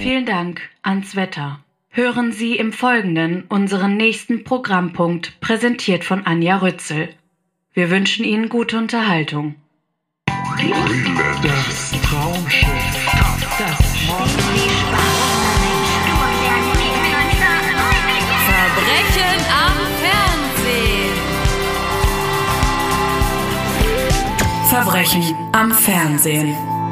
Vielen Dank ans Wetter. Hören Sie im Folgenden unseren nächsten Programmpunkt, präsentiert von Anja Rützel. Wir wünschen Ihnen gute Unterhaltung. Das Traumschiff. Das Verbrechen am Fernsehen. Verbrechen am Fernsehen.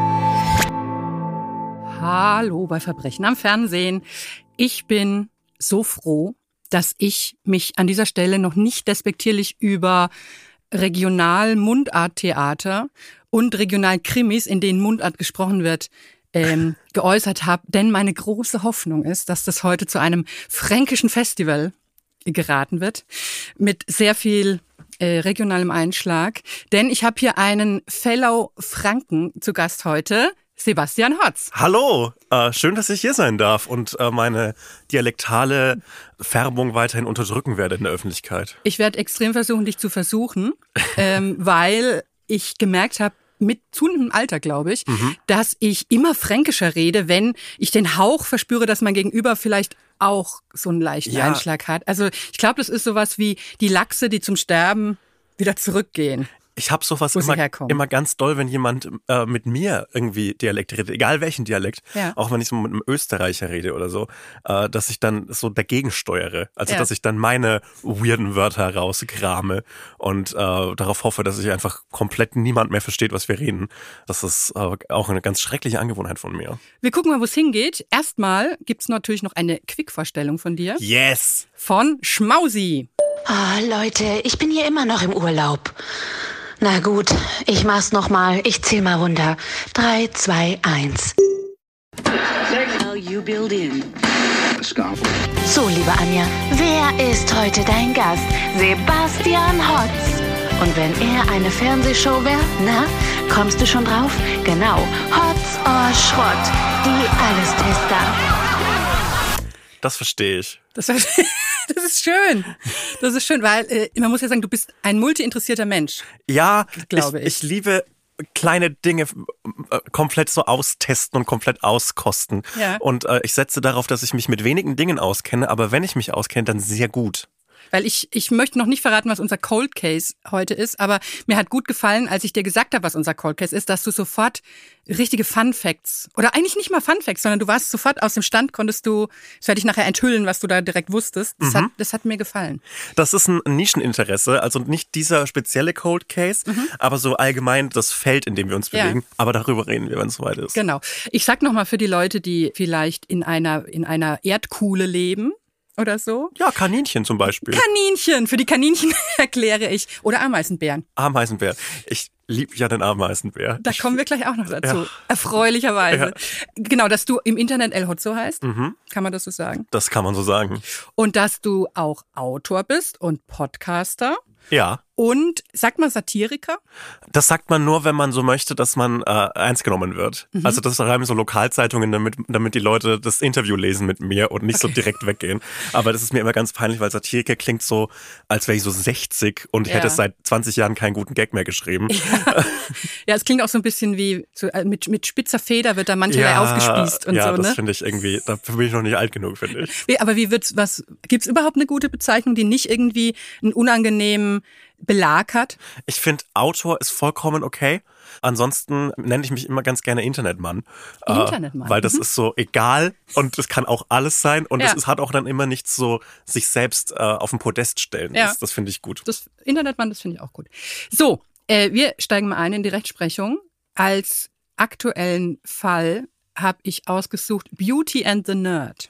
Hallo bei Verbrechen am Fernsehen. Ich bin so froh, dass ich mich an dieser Stelle noch nicht despektierlich über Regional-Mundart-Theater und Regional-Krimis, in denen Mundart gesprochen wird, geäußert habe. Denn meine große Hoffnung ist, dass das heute zu einem fränkischen Festival geraten wird, mit sehr viel regionalem Einschlag. Denn ich habe hier einen Fellow Franken zu Gast heute, Sebastian Hotz. Hallo, schön, dass ich hier sein darf und meine dialektale Färbung weiterhin unterdrücken werde in der Öffentlichkeit. Ich werde extrem versuchen, dich zu versuchen, weil ich gemerkt habe, mit zunehmendem Alter, glaube ich, dass ich immer fränkischer rede, wenn ich den Hauch verspüre, dass mein Gegenüber vielleicht auch so einen leichten Einschlag hat. Also ich glaube, das ist sowas wie die Lachse, die zum Sterben wieder zurückgehen. Ich habe sowas immer ganz doll, wenn jemand mit mir irgendwie Dialekt redet, egal welchen Dialekt, auch wenn ich so mit einem Österreicher rede oder so, dass ich dann so dagegen steuere. Also dass ich dann meine weirden Wörter rauskrame und darauf hoffe, dass ich einfach komplett niemand mehr versteht, was wir reden. Das ist auch eine ganz schreckliche Angewohnheit von mir. Wir gucken mal, wo es hingeht. Erstmal gibt's natürlich noch eine Quick-Vorstellung von dir. Yes! Von Schmausi. Leute, ich bin hier immer noch im Urlaub. Na gut, ich mach's nochmal. Ich zähl mal runter. 3, 2, 1. So, liebe Anja, wer ist heute dein Gast? Sebastian Hotz. Und wenn er eine Fernsehshow wäre, na, kommst du schon drauf? Genau, Hotz or Schrott, die Allestester. Das verstehe ich. Das ist schön. Das ist schön, weil man muss ja sagen, du bist ein multi-interessierter Mensch. Ja, glaube ich. Ich liebe kleine Dinge komplett so austesten und komplett auskosten. Ja. Und ich setze darauf, dass ich mich mit wenigen Dingen auskenne, aber wenn ich mich auskenne, dann sehr gut. Weil ich möchte noch nicht verraten, was unser Cold Case heute ist, aber mir hat gut gefallen, als ich dir gesagt habe, was unser Cold Case ist, dass du sofort richtige Fun Facts, oder eigentlich nicht mal Fun Facts, sondern du warst sofort aus dem Stand, das werde ich nachher enthüllen, was du da direkt wusstest. Das hat mir gefallen. Das ist ein Nischeninteresse, also nicht dieser spezielle Cold Case, aber so allgemein das Feld, in dem wir uns bewegen. Aber darüber reden wir, wenn es soweit ist. Genau. Ich sag nochmal für die Leute, die vielleicht in einer Erdkuhle leben, oder so? Ja, Kaninchen zum Beispiel. Kaninchen! Für die Kaninchen erkläre ich. Oder Ameisenbären. Ameisenbär. Ich liebe ja den Ameisenbär. Da kommen wir gleich auch noch dazu. Ja. Erfreulicherweise. Ja. Genau, dass du im Internet El Hotzo heißt. Kann man das so sagen? Das kann man so sagen. Und dass du auch Autor bist und Podcaster. Ja. Und sagt man Satiriker? Das sagt man nur, wenn man so möchte, dass man ernst genommen wird. Also das schreiben so Lokalzeitungen, damit die Leute das Interview lesen mit mir und nicht so direkt weggehen. Aber das ist mir immer ganz peinlich, weil Satiriker klingt so, als wäre ich so 60 und hätte seit 20 Jahren keinen guten Gag mehr geschrieben. Ja, es klingt auch so ein bisschen wie, so, mit spitzer Feder wird da mancherlei aufgespießt und so, ne? Ja, das finde ich irgendwie, dafür bin ich noch nicht alt genug, finde ich. Aber gibt's überhaupt eine gute Bezeichnung, die nicht irgendwie einen unangenehmen Belag hat? Ich finde, Autor ist vollkommen okay. Ansonsten nenne ich mich immer ganz gerne Internetmann. Internetmann. Weil das ist so egal und es kann auch alles sein und es hat auch dann immer nichts so sich selbst auf den Podest stellen. Ja. Das finde ich gut. Das Internetmann, das finde ich auch gut. So, wir steigen mal ein in die Rechtsprechung. Als aktuellen Fall habe ich ausgesucht Beauty and the Nerd.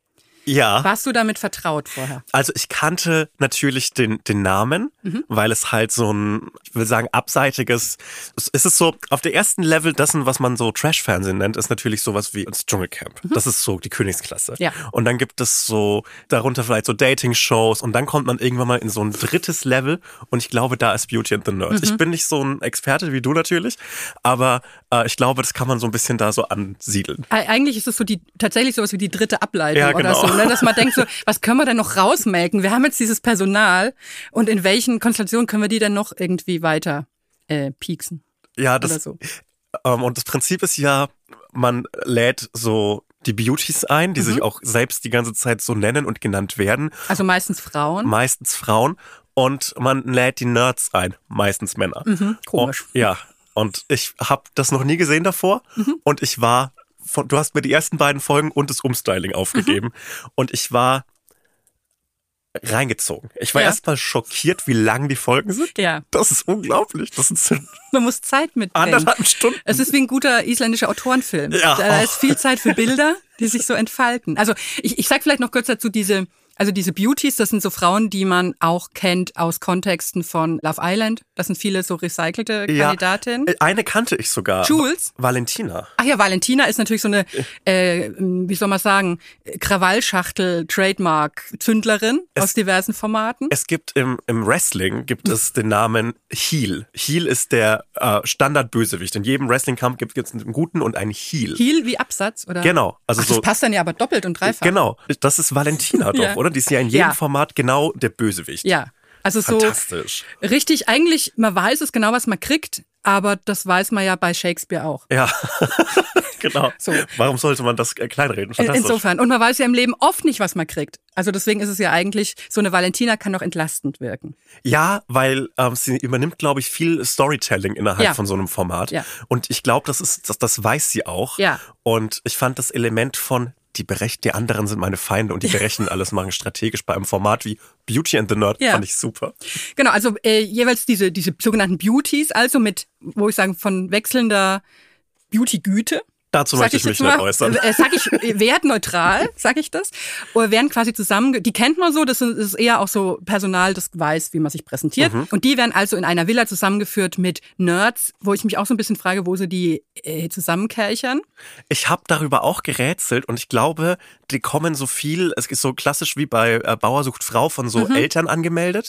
Ja. Warst du damit vertraut vorher? Also ich kannte natürlich den Namen, weil es halt so ein, ich will sagen, abseitiges, es ist so, auf der ersten Level dessen, was man so Trash-Fernsehen nennt, ist natürlich sowas wie das Dschungelcamp. Das ist so die Königsklasse. Ja. Und dann gibt es so, darunter vielleicht so Dating-Shows und dann kommt man irgendwann mal in so ein drittes Level und ich glaube, da ist Beauty and the Nerd. Ich bin nicht so ein Experte wie du natürlich, aber ich glaube, das kann man so ein bisschen da so ansiedeln. Eigentlich ist es so tatsächlich sowas wie die dritte Ableitung, ja, genau, oder so. Ne? Dass man denkt so, was können wir denn noch rausmelken? Wir haben jetzt dieses Personal und in welchen Konstellationen können wir die denn noch irgendwie weiter pieksen? Ja, das, so. Und das Prinzip ist ja, man lädt so die Beauties ein, die sich auch selbst die ganze Zeit so nennen und genannt werden. Also meistens Frauen. Meistens Frauen. Und man lädt die Nerds ein, meistens Männer. Komisch. Ja, und ich habe das noch nie gesehen davor. Und ich war, du hast mir die ersten beiden Folgen und das Umstyling aufgegeben. Und ich war reingezogen. Ich war erstmal schockiert, wie lang die Folgen sind. Ja. Das ist unglaublich. Das sind Man muss Zeit mitbringen. 1,5 Stunden. Es ist wie ein guter isländischer Autorenfilm. Ja. Da ist viel Zeit für Bilder, die sich so entfalten. Also ich sag vielleicht noch kurz dazu, diese Beauties, das sind so Frauen, die man auch kennt aus Kontexten von Love Island. Das sind viele so recycelte Kandidatinnen. Eine kannte ich sogar. Jules? Valentina. Ach ja, Valentina ist natürlich so eine, wie soll man sagen, Krawallschachtel-Trademark-Zündlerin aus diversen Formaten. Es gibt im Wrestling gibt es den Namen Heel. Heel ist der Standardbösewicht. In jedem Wrestling-Kampf gibt es einen guten und einen Heel. Heel wie Absatz, oder? Genau. Also Ach, das so, passt dann ja aber doppelt und dreifach. Genau. Das ist Valentina doch, Ja. oder? Die ist ja in jedem Format genau der Bösewicht. Ja. Also so Fantastisch. richtig, eigentlich, man weiß es genau, was man kriegt, aber das weiß man ja bei Shakespeare auch. Ja, genau. So. Warum sollte man das kleinreden? Fantastisch. Insofern. Und man weiß ja im Leben oft nicht, was man kriegt. Also deswegen ist es ja eigentlich, so eine Valentina kann auch entlastend wirken. Ja, weil sie übernimmt, glaube ich, viel Storytelling innerhalb von so einem Format. Ja. Und ich glaube, das weiß sie auch. Ja. Und ich fand das Element von die anderen sind meine Feinde und die berechnen alles, machen strategisch bei einem Format wie Beauty and the Nerd, fand ich super. Genau, also jeweils diese sogenannten Beauties, also mit, wo ich sagen, von wechselnder Beauty-Güte. Dazu möchte ich mich nicht äußern. Sag ich wertneutral, sag ich das. Oder werden quasi die kennt man so, das ist eher auch so Personal, das weiß, wie man sich präsentiert. Und die werden also in einer Villa zusammengeführt mit Nerds, wo ich mich auch so ein bisschen frage, wo sie die zusammenkerchern. Ich habe darüber auch gerätselt und ich glaube, die kommen so viel, es ist so klassisch wie bei Bauer sucht Frau von so Eltern angemeldet.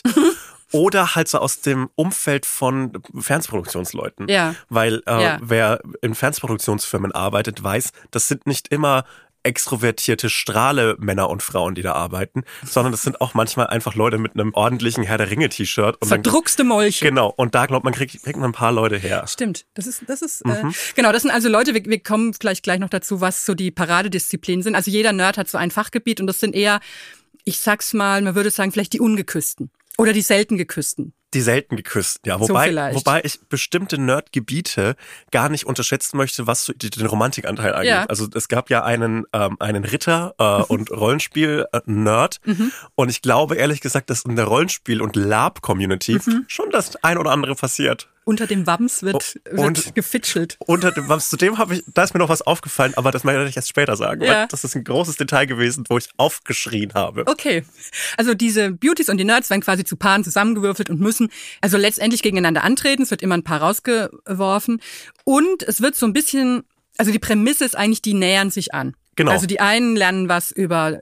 Oder halt so aus dem Umfeld von Fernproduktionsleuten. Ja. Weil wer in Fernproduktionsfirmen arbeitet, weiß, das sind nicht immer extrovertierte Strahle-Männer und Frauen, die da arbeiten, sondern das sind auch manchmal einfach Leute mit einem ordentlichen Herr der Ringe-T-Shirt. Verdruckste Molche. Genau, und da glaubt man, kriegt man ein paar Leute her. Stimmt, das ist genau, das sind also Leute, wir kommen gleich noch dazu, was so die Paradedisziplinen sind. Also jeder Nerd hat so ein Fachgebiet und das sind eher, ich sag's mal, man würde sagen, vielleicht die Ungeküssten. Oder die selten geküssten. Die selten geküssten, ja. Wobei ich bestimmte Nerd-Gebiete gar nicht unterschätzen möchte, was so den Romantikanteil angeht. Ja. Also es gab ja einen Ritter und Rollenspiel-Nerd. Und ich glaube ehrlich gesagt, dass in der Rollenspiel- und LARP-Community schon das ein oder andere passiert. Unter dem Wams wird gefitschelt. Unter dem Wams, da ist mir noch was aufgefallen, aber das möchte ich erst später sagen, weil das ist ein großes Detail gewesen, wo ich aufgeschrien habe. Okay, also diese Beauties und die Nerds werden quasi zu Paaren zusammengewürfelt und müssen also letztendlich gegeneinander antreten. Es wird immer ein Paar rausgeworfen und es wird so ein bisschen, also die Prämisse ist eigentlich, die nähern sich an. Genau. Also die einen lernen was über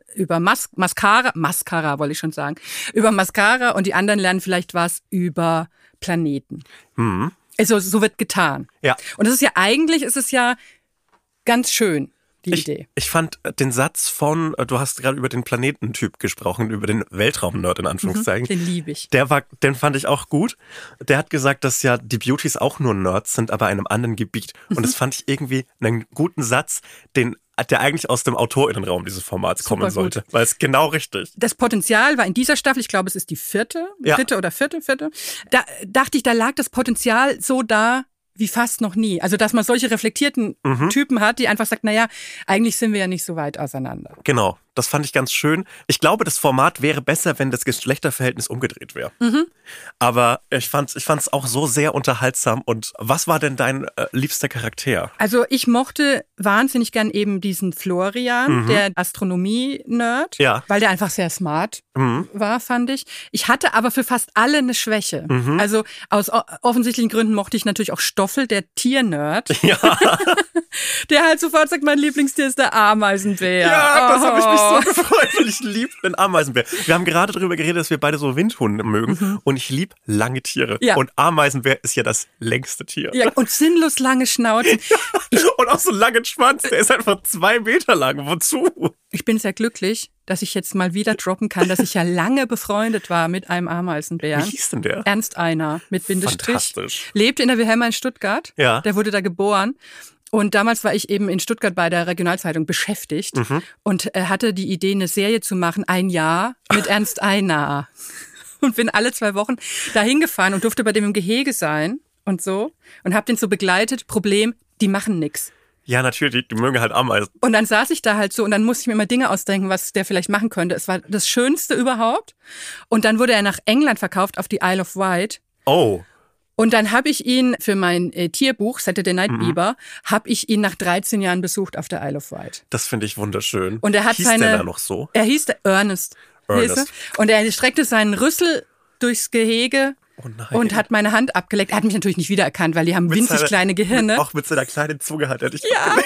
Mascara wollte ich schon sagen, über Mascara und die anderen lernen vielleicht was über Planeten. Also so wird getan. Ja. Und es ist ja ganz schön, die Idee. Ich fand den Satz von, du hast gerade über den Planetentyp gesprochen, über den Weltraumnerd in Anführungszeichen. Den liebe ich. Den fand ich auch gut. Der hat gesagt, dass ja die Beauties auch nur Nerds sind, aber in einem anderen Gebiet. Und das fand ich irgendwie einen guten Satz, der eigentlich aus dem AutorInnenraum dieses Formats kommen sollte. Weil es genau richtig. Das Potenzial war in dieser Staffel, ich glaube, es ist die vierte. Da dachte ich, da lag das Potenzial so da wie fast noch nie. Also, dass man solche reflektierten Typen hat, die einfach sagt, naja, eigentlich sind wir ja nicht so weit auseinander. Genau, das fand ich ganz schön. Ich glaube, das Format wäre besser, wenn das Geschlechterverhältnis umgedreht wäre. Aber ich fand's auch so sehr unterhaltsam. Und was war denn dein liebster Charakter? Also, ich mochte wahnsinnig gern eben diesen Florian, der Astronomie-Nerd, weil der einfach sehr smart war, fand ich. Ich hatte aber für fast alle eine Schwäche. Also, aus offensichtlichen Gründen mochte ich natürlich auch Stoffel, der Tier-Nerd. Ja. Der halt sofort sagt, mein Lieblingstier ist der Ameisenbär. Ja, das habe ich mich so gefreut, weil ich liebe den Ameisenbär. Wir haben gerade darüber geredet, dass wir beide so Windhunde mögen und ich liebe lange Tiere. Ja. Und Ameisenbär ist ja das längste Tier. Ja, und sinnlos lange Schnauzen. Und auch so langen Schwanz, der ist einfach 2 Meter lang. Wozu? Ich bin sehr glücklich, dass ich jetzt mal wieder droppen kann, dass ich ja lange befreundet war mit einem Ameisenbären. Wie hieß denn der? Ernst Einer mit Bindestrich. Fantastisch. Lebt in der Wilhelma in Stuttgart. Ja. Der wurde da geboren. Und damals war ich eben in Stuttgart bei der Regionalzeitung beschäftigt und hatte die Idee, eine Serie zu machen, ein Jahr mit Ernst Einaar. Und bin alle 2 Wochen dahin gefahren und durfte bei dem im Gehege sein und so. Und habe den so begleitet. Problem, die machen nix. Ja, natürlich, die mögen halt Ameisen. Und dann saß ich da halt so und dann musste ich mir immer Dinge ausdenken, was der vielleicht machen könnte. Es war das Schönste überhaupt. Und dann wurde er nach England verkauft auf die Isle of Wight. Oh. Und dann habe ich ihn für mein Tierbuch, Saturday Night Beaver, habe ich ihn nach 13 Jahren besucht auf der Isle of Wight. Das finde ich wunderschön. Und er hat hieß der da noch so? Er hieß Ernest. Und er streckte seinen Rüssel durchs Gehege und hat meine Hand abgeleckt. Er hat mich natürlich nicht wiedererkannt, weil die haben winzig kleine Gehirne. Auch mit seiner kleinen Zunge hat er dich abgeleckt.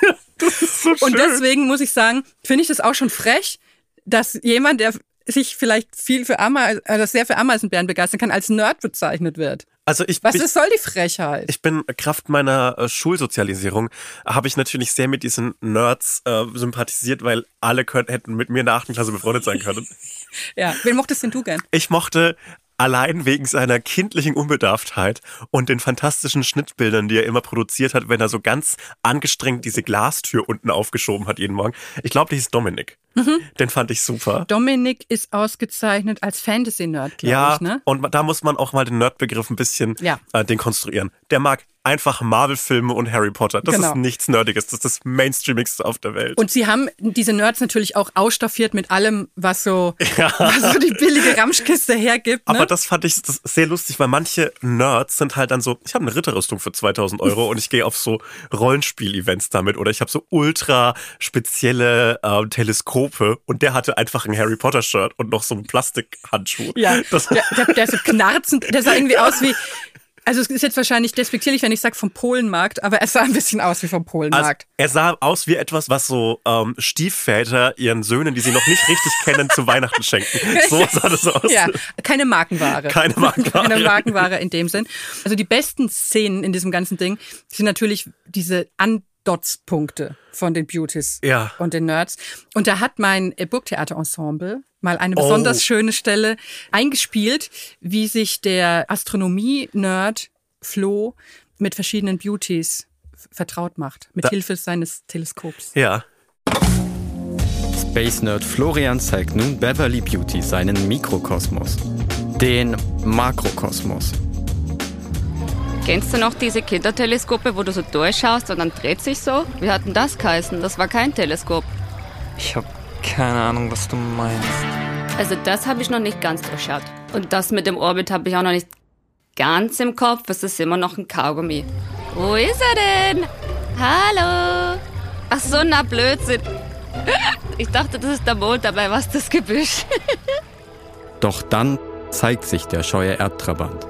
Das ist so schön. Und deswegen muss ich sagen, finde ich das auch schon frech, dass jemand, der sich vielleicht viel für sehr für Ameisenbären begeistern kann, als Nerd bezeichnet wird. Also soll die Frechheit? Ich bin Kraft meiner Schulsozialisierung habe ich natürlich sehr mit diesen Nerds sympathisiert, weil alle hätten mit mir in der 8. Klasse befreundet sein können. Ja, wen mochtest denn du gern? Ich mochte allein wegen seiner kindlichen Unbedarftheit und den fantastischen Schnittbildern, die er immer produziert hat, wenn er so ganz angestrengt diese Glastür unten aufgeschoben hat jeden Morgen. Ich glaube, der hieß Dominik. Den fand ich super. Dominik ist ausgezeichnet als Fantasy-Nerd, glaube ich. Ne? Und da muss man auch mal den Nerdbegriff ein bisschen dekonstruieren. Der mag einfach Marvel-Filme und Harry Potter. Das ist nichts Nerdiges. Das ist das Mainstreamigste auf der Welt. Und sie haben diese Nerds natürlich auch ausstaffiert mit allem, was so die billige Ramschkiste hergibt. Ne? Aber das fand ich sehr lustig, weil manche Nerds sind halt dann so, ich habe eine Ritterrüstung für 2.000 € und ich gehe auf so Rollenspiel-Events damit oder ich habe so ultra spezielle Teleskope und der hatte einfach ein Harry Potter-Shirt und noch so einen Plastikhandschuh. Ja, der ist so knarzend, der sah irgendwie aus wie... Also es ist jetzt wahrscheinlich despektierlich, wenn ich sage vom Polenmarkt, aber er sah ein bisschen aus wie vom Polenmarkt. Also er sah aus wie etwas, was so Stiefväter ihren Söhnen, die sie noch nicht richtig kennen, zu Weihnachten schenken. So sah das aus. Ja, keine Markenware. Keine Markenware in dem Sinn. Also die besten Szenen in diesem ganzen Ding sind natürlich diese Andotzpunkte von den Beauties und den Nerds. Und da hat mein Burgtheaterensemble mal eine besonders schöne Stelle eingespielt, wie sich der Astronomie-Nerd Flo mit verschiedenen Beauties vertraut macht, mit Hilfe seines Teleskops. Ja. Space Nerd Florian zeigt nun Beverly Beauty seinen Mikrokosmos, den Makrokosmos. Kennst du noch diese Kinderteleskope, wo du so durchschaust und dann dreht sich so? Wie hat denn das geheißen? Das war kein Teleskop. Ich habe keine Ahnung, was du meinst. Also das habe ich noch nicht ganz durchschaut. Und das mit dem Orbit habe ich auch noch nicht ganz im Kopf. Es ist immer noch ein Kaugummi. Wo ist er denn? Hallo? Ach so, na Blödsinn. Ich dachte, das ist der Mond, dabei war es das Gebüsch. Doch dann zeigt sich der scheue Erdtrabant.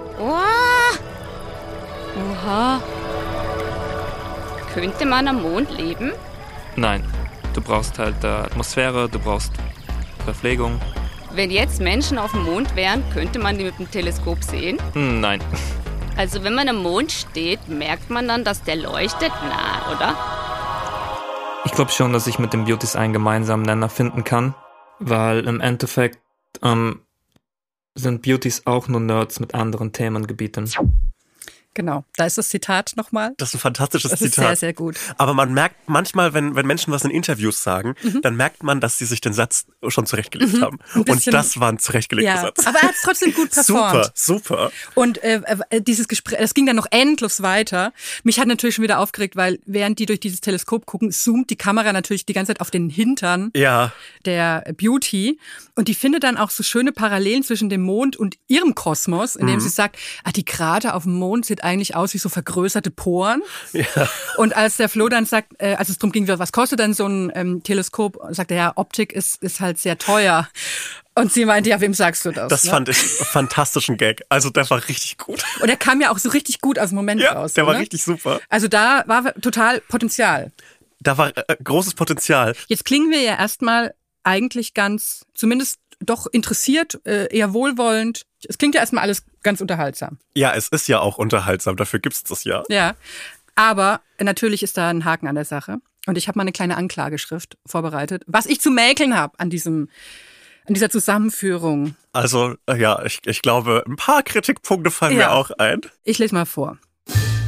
Oha. Könnte man am Mond leben? Nein, du brauchst halt Atmosphäre, du brauchst Verpflegung. Wenn jetzt Menschen auf dem Mond wären, könnte man die mit dem Teleskop sehen? Nein. Also wenn man am Mond steht, merkt man dann, dass der leuchtet? Na, oder? Ich glaube schon, dass ich mit den Beauties einen gemeinsamen Nenner finden kann, weil im Endeffekt sind Beauties auch nur Nerds mit anderen Themengebieten. Genau, da ist das Zitat nochmal. Das ist ein fantastisches Zitat. Das ist sehr, sehr gut. Aber man merkt manchmal, wenn Menschen was in Interviews sagen, dann merkt man, dass sie sich den Satz schon zurechtgelegt haben. Und das war ein zurechtgelegter Satz. Aber er hat es trotzdem gut performt. Super. Und dieses Gespräch, das ging dann noch endlos weiter. Mich hat natürlich schon wieder aufgeregt, weil während die durch dieses Teleskop gucken, zoomt die Kamera natürlich die ganze Zeit auf den Hintern der Beauty. Und die findet dann auch so schöne Parallelen zwischen dem Mond und ihrem Kosmos, indem sie sagt, die Krater auf dem Mond sieht eigentlich aus wie so vergrößerte Poren. Ja. Und als der Flo dann sagt, als es darum ging, was kostet denn so ein Teleskop, sagt er, ja, Optik ist halt sehr teuer. Und sie meinte, ja, wem sagst du das? Das fand ich einen fantastischen Gag. Also der war richtig gut. Und er kam ja auch so richtig gut aus dem Moment raus. Der war richtig super. Also da war total Potenzial. Da war großes Potenzial. Jetzt klingen wir ja erstmal eigentlich ganz, zumindest doch interessiert, eher wohlwollend. Es klingt ja erstmal alles ganz unterhaltsam. Ja, es ist ja auch unterhaltsam, dafür gibt's das ja. Ja, aber natürlich ist da ein Haken an der Sache. Und ich habe mal eine kleine Anklageschrift vorbereitet, was ich zu mäkeln habe an dieser Zusammenführung. Also, ja, ich glaube, ein paar Kritikpunkte fallen mir auch ein. Ich lese mal vor.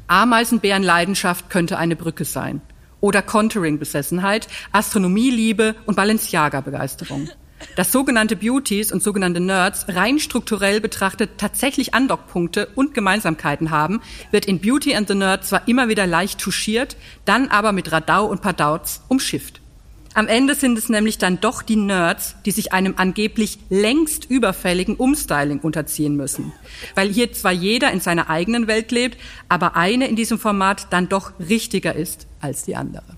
Ameisenbärenleidenschaft könnte eine Brücke sein. Oder Contouring-Besessenheit, Astronomieliebe und Balenciaga-Begeisterung. Dass sogenannte Beauties und sogenannte Nerds rein strukturell betrachtet tatsächlich Andockpunkte und Gemeinsamkeiten haben, wird in Beauty and the Nerd zwar immer wieder leicht touchiert, dann aber mit Radau und Padauts umschifft. Am Ende sind es nämlich dann doch die Nerds, die sich einem angeblich längst überfälligen Umstyling unterziehen müssen. Weil hier zwar jeder in seiner eigenen Welt lebt, aber eine in diesem Format dann doch richtiger ist als die andere.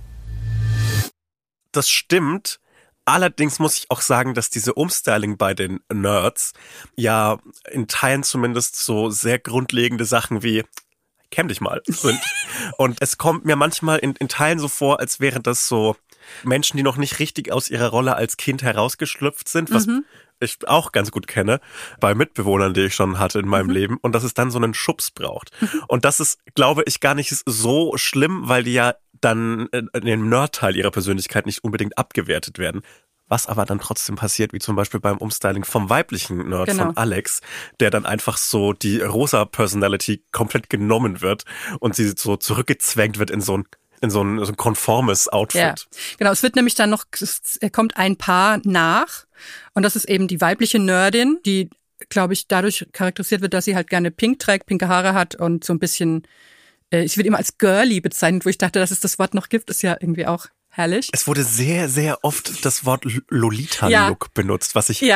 Das stimmt. Allerdings muss ich auch sagen, dass diese Umstyling bei den Nerds ja in Teilen zumindest so sehr grundlegende Sachen wie kämm dich mal sind. Und es kommt mir manchmal in Teilen so vor, als wären das so Menschen, die noch nicht richtig aus ihrer Rolle als Kind herausgeschlüpft sind, was ich auch ganz gut kenne, bei Mitbewohnern, die ich schon hatte in meinem Leben, und dass es dann so einen Schubs braucht. Und das ist, glaube ich, gar nicht so schlimm, weil die ja dann in dem Nerd-Teil ihrer Persönlichkeit nicht unbedingt abgewertet werden. Was aber dann trotzdem passiert, wie zum Beispiel beim Umstyling vom weiblichen Nerd von Alex, der dann einfach so die rosa Personality komplett genommen wird und sie so zurückgezwängt wird in so ein konformes Outfit. Ja, genau. Es wird nämlich dann noch, es kommt ein Paar nach und das ist eben die weibliche Nerdin, die, glaube ich, dadurch charakterisiert wird, dass sie halt gerne pink trägt, pinke Haare hat und so ein bisschen, ich würde immer als girly bezeichnet, wo ich dachte, dass es das Wort noch gibt, ist ja irgendwie auch herrlich. Es wurde sehr, sehr oft das Wort Lolita-Look benutzt, was ich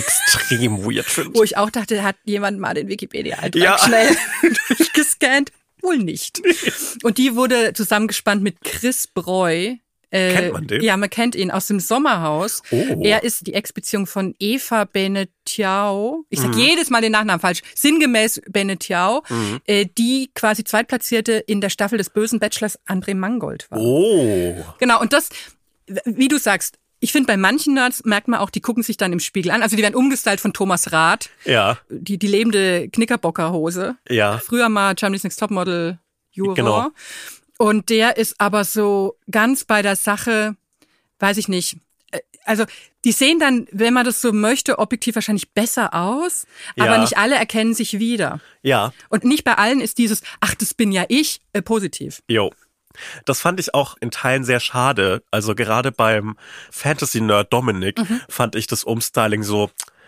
extrem weird finde. Wo ich auch dachte, hat jemand mal den Wikipedia-Eintrag schnell durchgescannt? Wohl nicht. Und die wurde zusammengespannt mit Chris Breu. Kennt man den? Ja, man kennt ihn aus dem Sommerhaus. Oh. Er ist die Ex-Beziehung von Eva Benetiau. Ich sag jedes Mal den Nachnamen falsch. Sinngemäß Benetiau, die quasi Zweitplatzierte in der Staffel des bösen Bachelors André Mangold war. Oh. Genau, und das, wie du sagst, ich finde, bei manchen Nerds merkt man auch, die gucken sich dann im Spiegel an. Also die werden umgestylt von Thomas Rath. Ja. Die lebende Knickerbockerhose. Ja. Früher mal Germany's Next Topmodel Juror. Genau. Und der ist aber so ganz bei der Sache, weiß ich nicht. Also die sehen dann, wenn man das so möchte, objektiv wahrscheinlich besser aus, aber nicht alle erkennen sich wieder. Ja. Und nicht bei allen ist dieses, ach, das bin ja ich, positiv. Jo. Das fand ich auch in Teilen sehr schade. Also gerade beim Fantasy-Nerd Dominik fand ich das Umstyling so,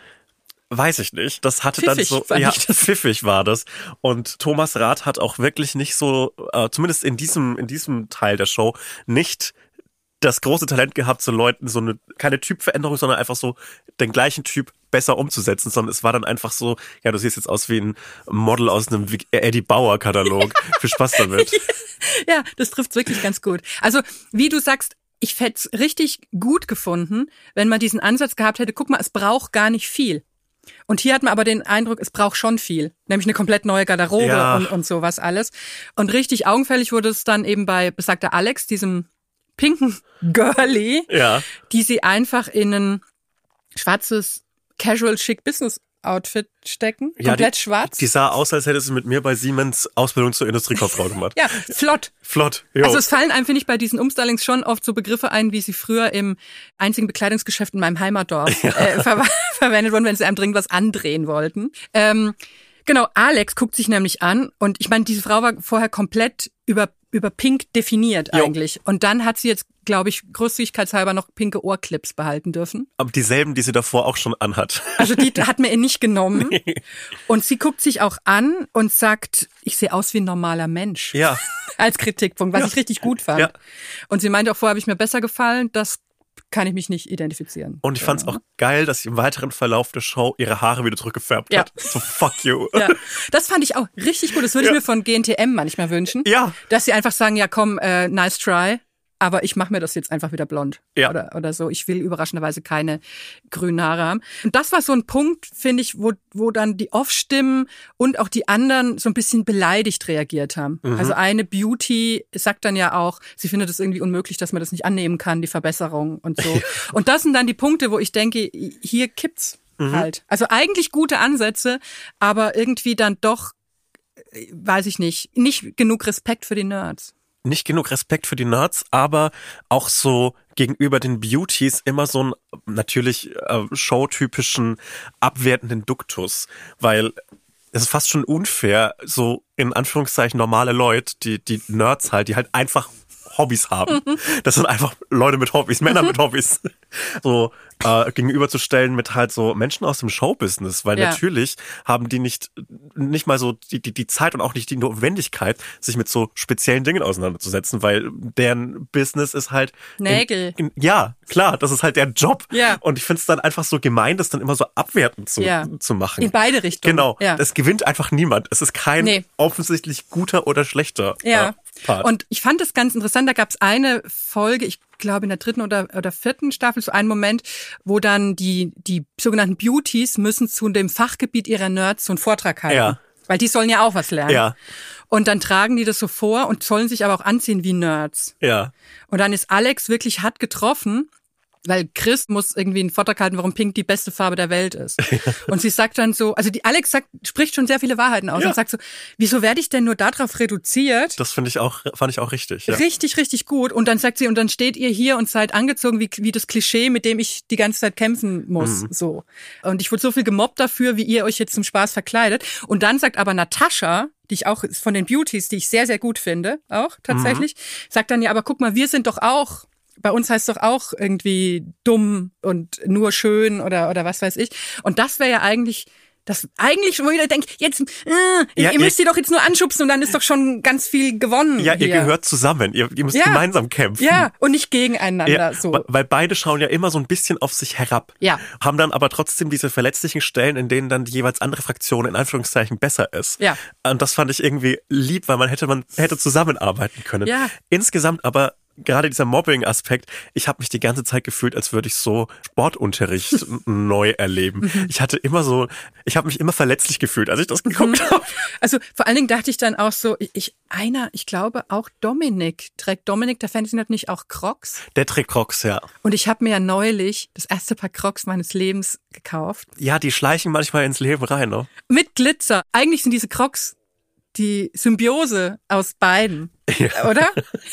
weiß ich nicht. Das hatte pfiffig dann so, pfiffig war das. Und Thomas Rath hat auch wirklich nicht so, zumindest in diesem Teil der Show, nicht das große Talent gehabt, so Leuten so keine Typveränderung, sondern einfach so den gleichen Typ besser umzusetzen, sondern es war dann einfach so, ja, du siehst jetzt aus wie ein Model aus einem Eddie Bauer Katalog. Viel Spaß damit. Ja, das trifft's wirklich ganz gut. Also, wie du sagst, ich hätte es richtig gut gefunden, wenn man diesen Ansatz gehabt hätte, guck mal, es braucht gar nicht viel. Und hier hat man aber den Eindruck, es braucht schon viel. Nämlich eine komplett neue Garderobe und sowas alles. Und richtig augenfällig wurde es dann eben bei besagter Alex, diesem pinken Girlie, die sie einfach in ein schwarzes Casual Chic Business Outfit stecken, komplett schwarz. Die sah aus, als hätte sie mit mir bei Siemens Ausbildung zur Industriekauffrau gemacht. Ja, flott. Flott, jo. Also es fallen einem, finde ich, bei diesen Umstylings schon oft so Begriffe ein, wie sie früher im einzigen Bekleidungsgeschäft in meinem Heimatdorf verwendet wurden, wenn sie einem dringend was andrehen wollten. Genau, Alex guckt sich nämlich an und ich meine, diese Frau war vorher komplett über Pink definiert eigentlich. Und dann hat sie jetzt, glaube ich, großzügigkeitshalber noch pinke Ohrclips behalten dürfen. Aber dieselben, die sie davor auch schon anhat. Also die hat mir nicht genommen. Nee. Und sie guckt sich auch an und sagt, ich sehe aus wie ein normaler Mensch. Ja. Als Kritikpunkt, was ich richtig gut fand. Ja. Und sie meinte auch, vorher habe ich mir besser gefallen, das kann ich mich nicht identifizieren. Und ich fand es auch geil, dass sie im weiteren Verlauf der Show ihre Haare wieder zurückgefärbt hat. So, fuck you. Ja, das fand ich auch richtig gut. Das würde ich mir von GNTM manchmal wünschen. Ja. Dass sie einfach sagen, ja komm, nice try. Aber ich mache mir das jetzt einfach wieder blond oder so. Ich will überraschenderweise keine grünen Haare haben. Und das war so ein Punkt, finde ich, wo dann die Off-Stimmen und auch die anderen so ein bisschen beleidigt reagiert haben. Also eine Beauty sagt dann ja auch, sie findet es irgendwie unmöglich, dass man das nicht annehmen kann, die Verbesserung und so. Und das sind dann die Punkte, wo ich denke, hier kippt's halt. Also eigentlich gute Ansätze, aber irgendwie dann doch, weiß ich nicht genug Respekt für die Nerds. Nicht genug Respekt für die Nerds, aber auch so gegenüber den Beauties immer so einen natürlich showtypischen abwertenden Duktus, weil es ist fast schon unfair, so in Anführungszeichen normale Leute, die Nerds halt, die halt einfach Hobbys haben. Das sind einfach Leute mit Hobbys, Männer mit Hobbys. So gegenüberzustellen mit halt so Menschen aus dem Showbusiness, weil natürlich haben die nicht mal so die Zeit und auch nicht die Notwendigkeit, sich mit so speziellen Dingen auseinanderzusetzen, weil deren Business ist halt Nägel. Ja, klar, das ist halt der Job. Ja. Und ich finde es dann einfach so gemein, das dann immer so abwertend zu machen. In beide Richtungen. Genau. Ja. Es gewinnt einfach niemand. Es ist kein offensichtlich guter oder schlechter Part. Und ich fand das ganz interessant, da gab es eine Folge, ich glaube in der 3. oder 4. Staffel, so einen Moment, wo dann die sogenannten Beauties müssen zu dem Fachgebiet ihrer Nerds so einen Vortrag halten. Ja. Weil die sollen ja auch was lernen. Ja. Und dann tragen die das so vor und sollen sich aber auch anziehen wie Nerds. Ja. Und dann ist Alex wirklich hart getroffen, weil Chris muss irgendwie einen Vortrag halten, warum Pink die beste Farbe der Welt ist. Und sie sagt dann so, also die Alex spricht schon sehr viele Wahrheiten aus und sagt so, wieso werde ich denn nur darauf reduziert? Das fand ich auch richtig. Ja. Richtig, richtig gut. Und dann sagt sie, und dann steht ihr hier und seid angezogen wie das Klischee, mit dem ich die ganze Zeit kämpfen muss. So. Und ich wurde so viel gemobbt dafür, wie ihr euch jetzt zum Spaß verkleidet. Und dann sagt aber Natascha, die ich auch von den Beauties, die ich sehr, sehr gut finde, auch tatsächlich, sagt dann ja, aber guck mal, wir sind doch auch, bei uns heißt doch auch irgendwie dumm und nur schön oder was weiß ich. Und das wäre ja eigentlich, wo jeder denkt, jetzt, ihr müsst sie doch jetzt nur anschubsen und dann ist doch schon ganz viel gewonnen. Ja, hier. Ihr gehört zusammen. Ihr müsst gemeinsam kämpfen. Ja, und nicht gegeneinander. Ja, so. Weil beide schauen ja immer so ein bisschen auf sich herab. Ja. Haben dann aber trotzdem diese verletzlichen Stellen, in denen dann die jeweils andere Fraktion in Anführungszeichen besser ist. Ja. Und das fand ich irgendwie lieb, weil man hätte zusammenarbeiten können. Ja. Insgesamt aber gerade dieser Mobbing-Aspekt, ich habe mich die ganze Zeit gefühlt, als würde ich so Sportunterricht neu erleben. Ich habe mich immer verletzlich gefühlt, als ich das geguckt habe. Also vor allen Dingen dachte ich dann auch so, ich glaube auch trägt Dominik, der Fantasy-Nerd, nicht auch Crocs? Der trägt Crocs, ja. Und ich habe mir ja neulich das erste Paar Crocs meines Lebens gekauft. Ja, die schleichen manchmal ins Leben rein, ne? Mit Glitzer. Eigentlich sind diese Crocs die Symbiose aus beiden. Ja. Oder?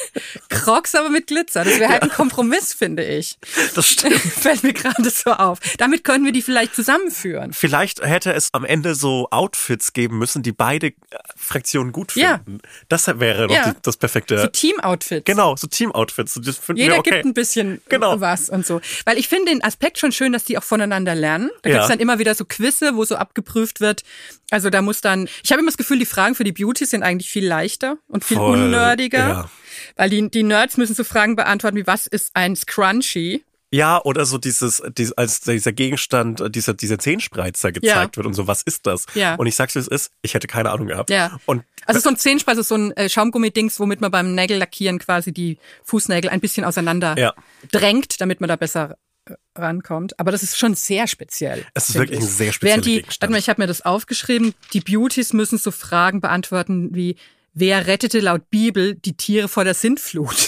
Crocs aber mit Glitzer. Das wäre halt ein Kompromiss, finde ich. Das stimmt. Fällt mir gerade so auf. Damit können wir die vielleicht zusammenführen. Vielleicht hätte es am Ende so Outfits geben müssen, die beide Fraktionen gut finden. Ja. Das wäre doch das perfekte... So Team-Outfits. Genau, so Team-Outfits. Jeder gibt ein bisschen was und so. Weil ich finde den Aspekt schon schön, dass die auch voneinander lernen. Da gibt's dann immer wieder so Quizze, wo so abgeprüft wird. Also da muss dann... Ich habe immer das Gefühl, die Fragen für die Beauties sind eigentlich viel leichter und viel nerdiger. Ja. Weil die Nerds müssen so Fragen beantworten wie, was ist ein Scrunchie? Ja, oder so als dieser Gegenstand, dieser Zehenspreizer gezeigt wird und so, was ist das? Ja. Und ich sag's, wie es ist, ich hätte keine Ahnung gehabt. Ja. Und also so ein Zehenspreizer ist so ein Schaumgummidings, womit man beim Nägellackieren quasi die Fußnägel ein bisschen auseinander drängt, damit man da besser rankommt. Aber das ist schon sehr speziell. Es ist wirklich ein sehr spezieller Gegenstand. Warte mal, ich habe mir das aufgeschrieben, die Beauties müssen so Fragen beantworten wie, wer rettete laut Bibel die Tiere vor der Sintflut?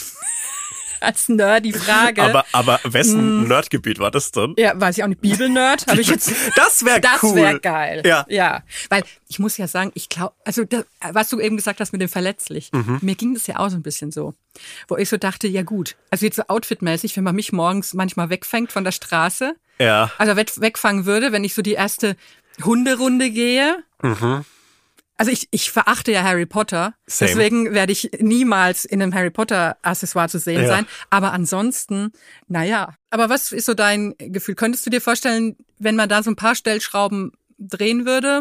Als nerdy Frage. Aber wessen Nerdgebiet war das denn? Ja, weiß ich auch nicht. Bibel-Nerd habe ich jetzt. Das wäre cool. Das wäre geil. Ja. Weil ich muss ja sagen, ich glaube, also was du eben gesagt hast mit dem verletzlich, mir ging das ja auch so ein bisschen so. Wo ich so dachte, ja gut, also jetzt so outfitmäßig, wenn man mich morgens manchmal wegfängt von der Straße, also wegfangen würde, wenn ich so die erste Hunderunde gehe, also ich verachte ja Harry Potter, deswegen werde ich niemals in einem Harry Potter Accessoire zu sehen sein. Aber ansonsten, naja. Aber was ist so dein Gefühl? Könntest du dir vorstellen, wenn man da so ein paar Stellschrauben drehen würde,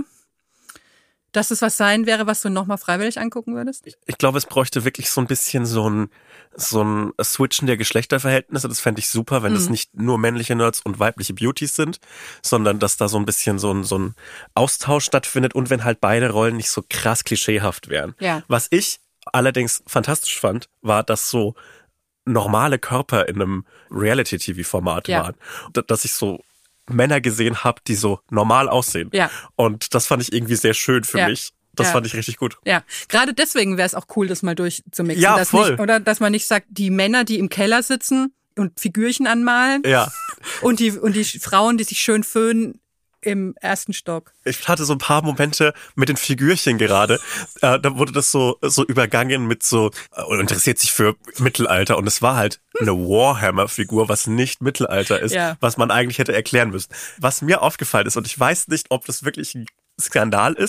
dass es was sein wäre, was du nochmal freiwillig angucken würdest? Ich glaube, es bräuchte wirklich so ein bisschen so ein Switchen der Geschlechterverhältnisse. Das fände ich super, wenn das nicht nur männliche Nerds und weibliche Beauties sind, sondern dass da so ein bisschen so ein Austausch stattfindet und wenn halt beide Rollen nicht so krass klischeehaft wären. Ja. Was ich allerdings fantastisch fand, war, dass so normale Körper in einem Reality-TV-Format waren. Dass ich so Männer gesehen habe, die so normal aussehen. Ja. Und das fand ich irgendwie sehr schön für mich. Das fand ich richtig gut. Ja, gerade deswegen wäre es auch cool, das mal durchzumixen. Ja, voll. Dass man nicht sagt, die Männer, die im Keller sitzen und Figürchen anmalen. Ja. Und die Frauen, die sich schön föhnen im ersten Stock. Ich hatte so ein paar Momente mit den Figürchen gerade. Da wurde das so übergangen mit so, und interessiert sich für Mittelalter. Und es war halt eine Warhammer-Figur, was nicht Mittelalter ist, was man eigentlich hätte erklären müssen. Was mir aufgefallen ist, und ich weiß nicht, ob das wirklich ein Skandal ist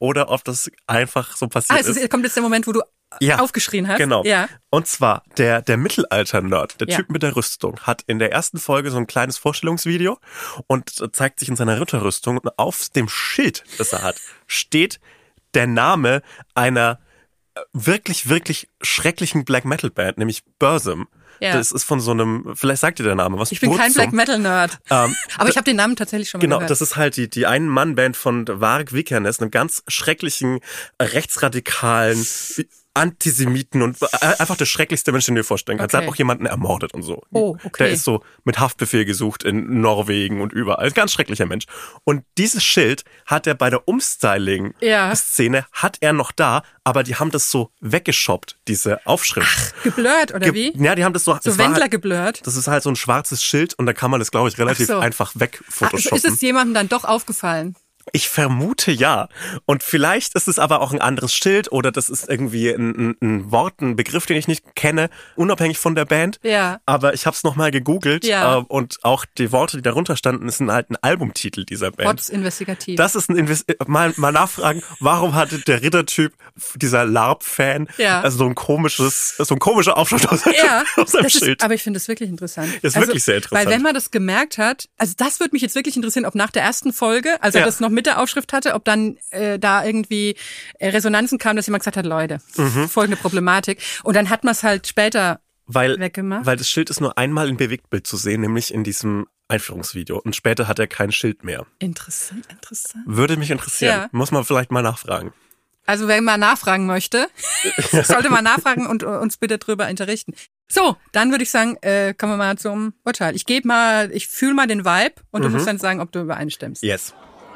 oder ob das einfach so passiert ist. Also kommt jetzt der Moment, wo du aufgeschrien hast. Genau. Ja. Und zwar der Mittelalter-Nerd, der Typ mit der Rüstung, hat in der ersten Folge so ein kleines Vorstellungsvideo und zeigt sich in seiner Ritterrüstung. Und auf dem Schild, das er hat, steht der Name einer wirklich, wirklich schrecklichen Black-Metal-Band, nämlich Burzum. Ja. Das ist von so einem, vielleicht sagt dir der Name was. Ich bin kein Black-Metal-Nerd. Aber ich habe den Namen tatsächlich schon mal gehört. Genau, das ist halt die Ein-Mann-Band von Varg Vikernes, einem ganz schrecklichen, rechtsradikalen Antisemiten und einfach der schrecklichste Mensch, den du dir vorstellen kannst. Er hat auch jemanden ermordet und so. Oh, okay. Der ist so mit Haftbefehl gesucht in Norwegen und überall. Ein ganz schrecklicher Mensch. Und dieses Schild hat er bei der Umstyling-Szene, hat er noch da, aber die haben das so weggeschoppt, diese Aufschrift. Ach, geblurrt oder wie? Ja, die haben das so Wendler geblurrt? Das ist halt so ein schwarzes Schild und da kann man das, glaube ich, relativ einfach wegphotoshoppen. Also ist es jemandem dann doch aufgefallen? Ich vermute ja. Und vielleicht ist es aber auch ein anderes Schild oder das ist irgendwie ein Wort, ein Begriff, den ich nicht kenne, unabhängig von der Band. Ja. Aber ich habe es nochmal gegoogelt und auch die Worte, die darunter standen, sind halt ein Albumtitel dieser Band. Hots investigativ. Das ist mal nachfragen, warum hatte der Rittertyp, dieser LARP-Fan, also so ein komischer Aufschrift aus seinem Schild. Aber ich finde das wirklich interessant. Ist wirklich sehr interessant. Weil wenn man das gemerkt hat, also das würde mich jetzt wirklich interessieren, ob nach der ersten Folge, also das noch mit der Aufschrift hatte, ob dann da irgendwie Resonanzen kam, dass jemand gesagt hat, Leute, folgende Problematik. Und dann hat man es halt später weggemacht. Weil das Schild ist nur einmal in Bewegtbild zu sehen, nämlich in diesem Einführungsvideo. Und später hat er kein Schild mehr. Interessant. Würde mich interessieren. Ja. Muss man vielleicht mal nachfragen. Also wer mal nachfragen möchte, sollte mal nachfragen und uns bitte drüber unterrichten. So, dann würde ich sagen, kommen wir mal zum Urteil. Ich fühle mal den Vibe und du musst dann sagen, ob du übereinstimmst. Yes.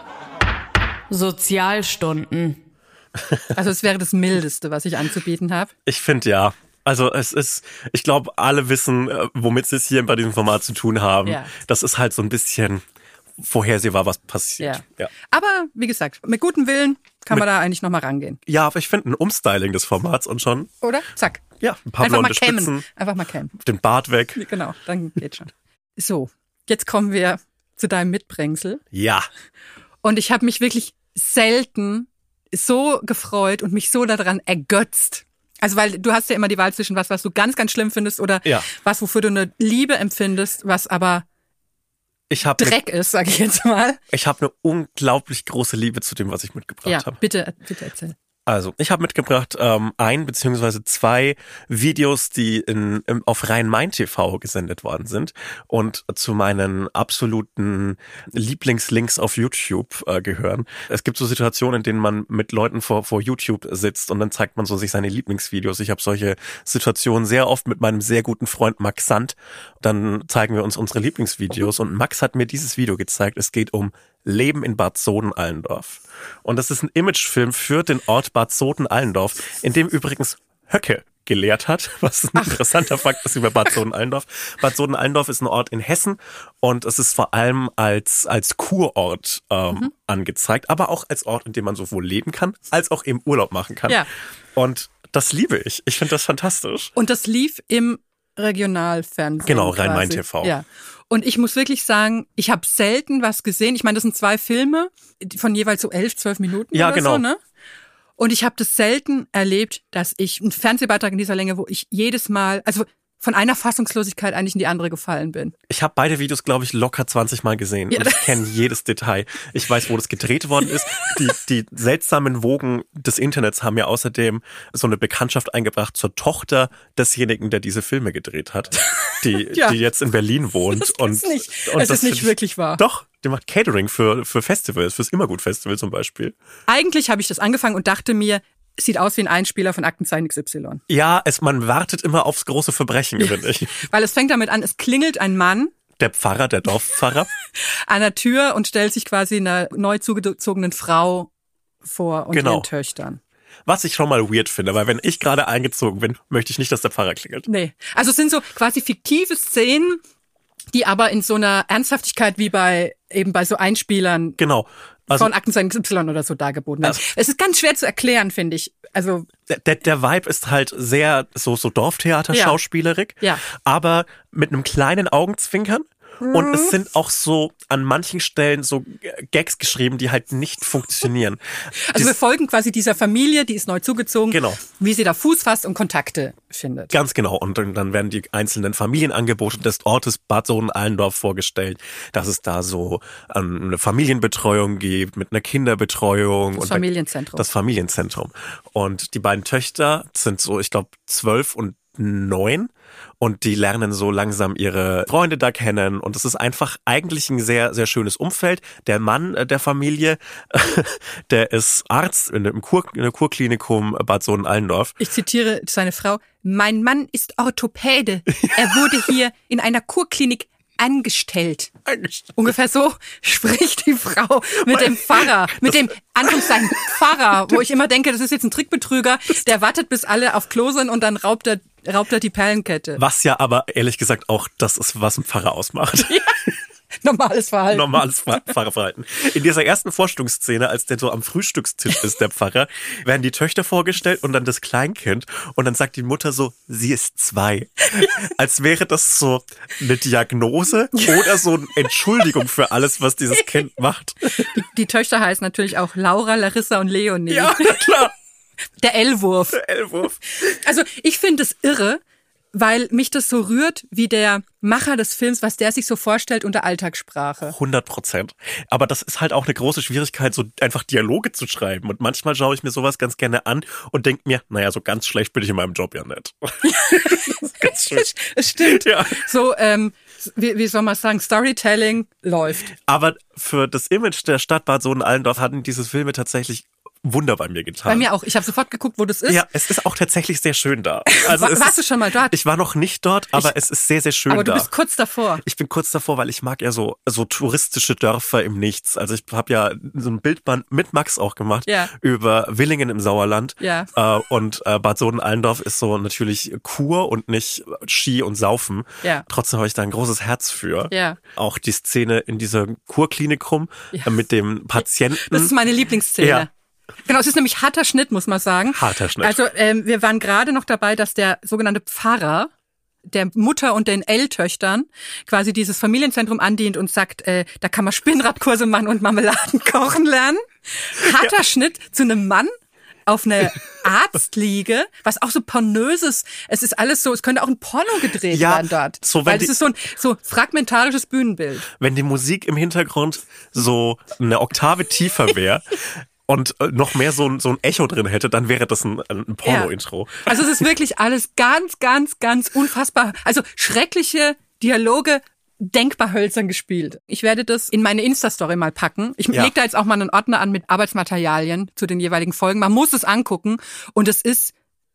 Sozialstunden. Also es wäre das Mildeste, was ich anzubieten habe. Ich finde ja. Also ich glaube, alle wissen, womit sie es hier bei diesem Format zu tun haben. Ja. Das ist halt so ein bisschen vorhersehbar, was passiert. Ja. Aber wie gesagt, mit gutem Willen kann man da eigentlich nochmal rangehen. Ja, aber ich finde ein Umstyling des Formats und schon. Oder? Zack. Ja, ein paar blonde Spitzen. Einfach mal kämmen. Den Bart weg. Genau, dann geht's schon. So, jetzt kommen wir zu deinem Mitbringsel. Ja. Und ich habe mich wirklich selten so gefreut und mich so daran ergötzt. Also weil du hast ja immer die Wahl zwischen was du ganz, ganz schlimm findest oder was, wofür du eine Liebe empfindest, was aber Dreck ist, sage ich jetzt mal. Ich habe eine unglaublich große Liebe zu dem, was ich mitgebracht habe. Bitte erzähl. Also, ich habe mitgebracht 1 beziehungsweise 2 Videos, die auf Rhein-Main TV gesendet worden sind und zu meinen absoluten Lieblingslinks auf YouTube gehören. Es gibt so Situationen, in denen man mit Leuten vor YouTube sitzt und dann zeigt man so sich seine Lieblingsvideos. Ich habe solche Situationen sehr oft mit meinem sehr guten Freund Max Sand. Dann zeigen wir uns unsere Lieblingsvideos und Max hat mir dieses Video gezeigt. Es geht um Leben in Bad Soden-Allendorf. Und das ist ein Imagefilm für den Ort Bad Soden-Allendorf, in dem übrigens Höcke gelehrt hat, was ein interessanter Fakt ist über Bad Soden-Allendorf. Bad Soden-Allendorf ist ein Ort in Hessen und es ist vor allem als Kurort angezeigt, aber auch als Ort, in dem man sowohl leben kann, als auch eben Urlaub machen kann. Ja. Und das liebe ich. Ich finde das fantastisch. Und das lief im Regionalfernsehen. Genau, Rhein-Main TV. Ja. Und ich muss wirklich sagen, ich habe selten was gesehen. Ich meine, das sind 2 Filme von jeweils so 11, 12 Minuten oder so, ne? Und ich habe das selten erlebt, dass ich einen Fernsehbeitrag in dieser Länge, wo ich jedes Mal, also von einer Fassungslosigkeit eigentlich in die andere gefallen bin. Ich habe beide Videos, glaube ich, locker 20 Mal gesehen. Ja. Und ich kenne jedes Detail. Ich weiß, wo das gedreht worden ist. Die seltsamen Wogen des Internets haben mir außerdem so eine Bekanntschaft eingebracht zur Tochter desjenigen, der diese Filme gedreht hat, die jetzt in Berlin wohnt. Das ist nicht wirklich wahr. Doch, die macht Catering für Festivals, fürs Immergut-Festival zum Beispiel. Eigentlich habe ich das angefangen und dachte mir, sieht aus wie ein Einspieler von Aktenzeichen XY. Ja, man wartet immer aufs große Verbrechen, finde ich. Weil es fängt damit an, es klingelt ein Mann. Der Pfarrer, der Dorfpfarrer. An der Tür und stellt sich quasi einer neu zugezogenen Frau vor und ihren Töchtern. Was ich schon mal weird finde, weil wenn ich gerade eingezogen bin, möchte ich nicht, dass der Pfarrer klingelt. Nee, also es sind so quasi fiktive Szenen, die aber in so einer Ernsthaftigkeit wie bei so Einspielern. Genau. Also, von Aktenzeichen XY oder so dargeboten werden. Also, es ist ganz schwer zu erklären, finde ich. Also der Vibe ist halt sehr so Dorftheater-Schauspielerig, aber mit einem kleinen Augenzwinkern Und es sind auch so an manchen Stellen so Gags geschrieben, die halt nicht funktionieren. Also wir folgen quasi dieser Familie, die ist neu zugezogen, Genau. wie sie da Fuß fasst und Kontakte findet. Ganz genau. Und dann werden die einzelnen Familienangebote des Ortes Bad Sohn-Allendorf vorgestellt, dass es da so eine Familienbetreuung gibt mit einer Kinderbetreuung. Das Familienzentrum. Das Familienzentrum. Und die beiden Töchter sind so, ich glaube, 12 und 9 und die lernen so langsam ihre Freunde da kennen und es ist einfach eigentlich ein sehr, sehr schönes Umfeld. Der Mann der Familie, der ist Arzt in einem Kurklinikum Bad Sohn-Allendorf. Ich zitiere seine Frau: Mein Mann ist Orthopäde. Er wurde hier in einer Kurklinik angestellt. Ungefähr so spricht die Frau mit dem Pfarrer, mit dem Anführungszeichen Pfarrer, wo ich immer denke, das ist jetzt ein Trickbetrüger, der wartet, bis alle auf Klo sind und dann raubt er die Perlenkette. Was ja aber ehrlich gesagt auch das ist, was ein Pfarrer ausmacht. Ja. Normales Verhalten. Normales Pfarrerverhalten. In dieser ersten Vorstellungsszene, als der so am Frühstückstisch ist, der Pfarrer, werden die Töchter vorgestellt und dann das Kleinkind und dann sagt die Mutter so, sie ist 2. Als wäre das so eine Diagnose oder so eine Entschuldigung für alles, was dieses Kind macht. Die Töchter heißen natürlich auch Laura, Larissa und Leonie. Ja, klar. Der L-Wurf. Der L-Wurf. Also ich finde es irre, weil mich das so rührt, wie der Macher des Films, was der sich so vorstellt unter Alltagssprache. 100%. Aber das ist halt auch eine große Schwierigkeit, so einfach Dialoge zu schreiben. Und manchmal schaue ich mir sowas ganz gerne an und denke mir, naja, so ganz schlecht bin ich in meinem Job ja nicht. Ganz schlecht. Es stimmt. Ja. So, wie soll man sagen, Storytelling läuft. Aber für das Image der Stadt Bad Sohn-Allendorf hatten diese Filme tatsächlich Wunder bei mir getan. Bei mir auch. Ich habe sofort geguckt, wo das ist. Ja, es ist auch tatsächlich sehr schön da. Also warst du schon mal dort? Ich war noch nicht dort, aber es ist sehr, sehr schön da. Aber du bist kurz davor. Ich bin kurz davor, weil ich mag ja so touristische Dörfer im Nichts. Also ich habe ja so ein Bildband mit Max auch gemacht über Willingen im Sauerland. Ja. Und Bad Sohn-Allendorf ist so natürlich Kur und nicht Ski und Saufen. Ja. Trotzdem habe ich da ein großes Herz für. Ja. Auch die Szene in diesem Kurklinikum mit dem Patienten. Das ist meine Lieblingsszene. Ja. Genau, es ist nämlich harter Schnitt, muss man sagen. Harter Schnitt. Also wir waren gerade noch dabei, dass der sogenannte Pfarrer der Mutter und den L-Töchtern quasi dieses Familienzentrum andient und sagt, da kann man Spinnradkurse machen und Marmeladen kochen lernen. Harter Schnitt zu einem Mann auf einer Arztliege, was auch so pornöses, es ist alles so, es könnte auch ein Porno gedreht werden dort. Weil das ist so fragmentarisches Bühnenbild. Wenn die Musik im Hintergrund so eine Oktave tiefer wäre, und noch mehr so ein Echo drin hätte, dann wäre das ein Porno-Intro. Ja. Also es ist wirklich alles ganz, ganz, ganz unfassbar. Also schreckliche Dialoge, denkbar hölzern gespielt. Ich werde das in meine Insta-Story mal packen. Ich lege da jetzt auch mal einen Ordner an mit Arbeitsmaterialien zu den jeweiligen Folgen. Man muss es angucken und es ist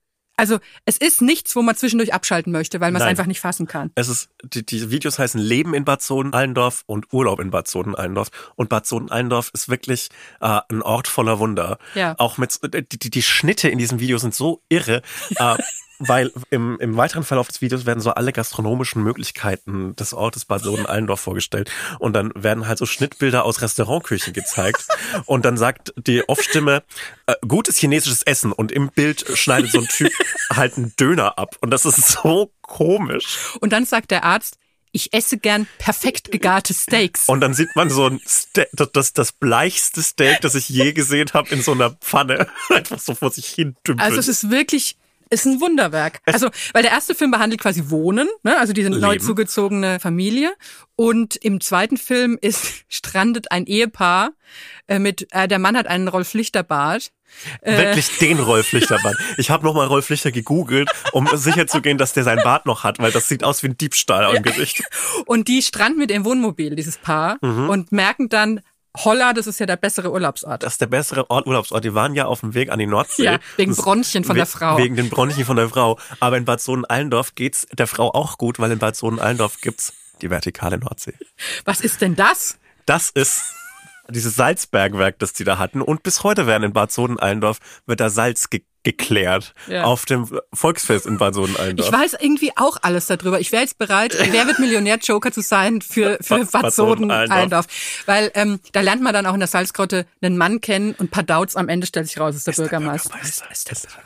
nichts, wo man zwischendurch abschalten möchte, weil man es einfach nicht fassen kann. Es ist, die Videos heißen Leben in Bad Sohn-Allendorf und Urlaub in Bad Sohn-Allendorf. Und Bad Sohn-Allendorf ist wirklich ein Ort voller Wunder. Ja. Auch mit die Schnitte in diesem Video sind so irre. Weil im weiteren Verlauf des Videos werden so alle gastronomischen Möglichkeiten des Ortes Bad Sohn-Allendorf vorgestellt. Und dann werden halt so Schnittbilder aus Restaurantküchen gezeigt. Und dann sagt die Off-Stimme, gutes chinesisches Essen. Und im Bild schneidet so ein Typ halt einen Döner ab. Und das ist so komisch. Und dann sagt der Arzt, ich esse gern perfekt gegarte Steaks. Und dann sieht man so ein das bleichste Steak, das ich je gesehen habe, in so einer Pfanne. Einfach so vor sich hin dümpeln. Also es ist wirklich... Ist ein Wunderwerk. Also, weil der erste Film behandelt quasi Wohnen, ne? Also diese neu zugezogene Familie. Und im zweiten Film strandet ein Ehepaar der Mann hat einen Rolf Lichter-Bart. Wirklich den Rolf Lichter-Bart. Ich habe nochmal Rolf Lichter gegoogelt, um sicher zu gehen, dass der seinen Bart noch hat, weil das sieht aus wie ein Diebstahl am Gesicht. Und die stranden mit ihrem Wohnmobil, dieses Paar, und merken dann, Holla, das ist ja der bessere Urlaubsort. Das ist der bessere Urlaubsort. Die waren ja auf dem Weg an die Nordsee. Ja, wegen Bronchien von der Frau. Wegen den Bronchien von der Frau. Aber in Bad Sohn-Allendorf geht's der Frau auch gut, weil in Bad Sohn-Allendorf gibt's die vertikale Nordsee. Was ist denn das? Das ist dieses Salzbergwerk, das die da hatten. Und bis heute wird da Salz geklärt auf dem Volksfest in Bad Sohn-Allendorf. Ich weiß irgendwie auch alles darüber. Ich wäre jetzt bereit, Wer wird Millionär-Joker zu sein für Bad Sohn-Allendorf. Weil da lernt man dann auch in der Salzgrotte einen Mann kennen und ein paar Dauts am Ende stellt sich raus, ist der Bürgermeister. Ist der Bürgermeister.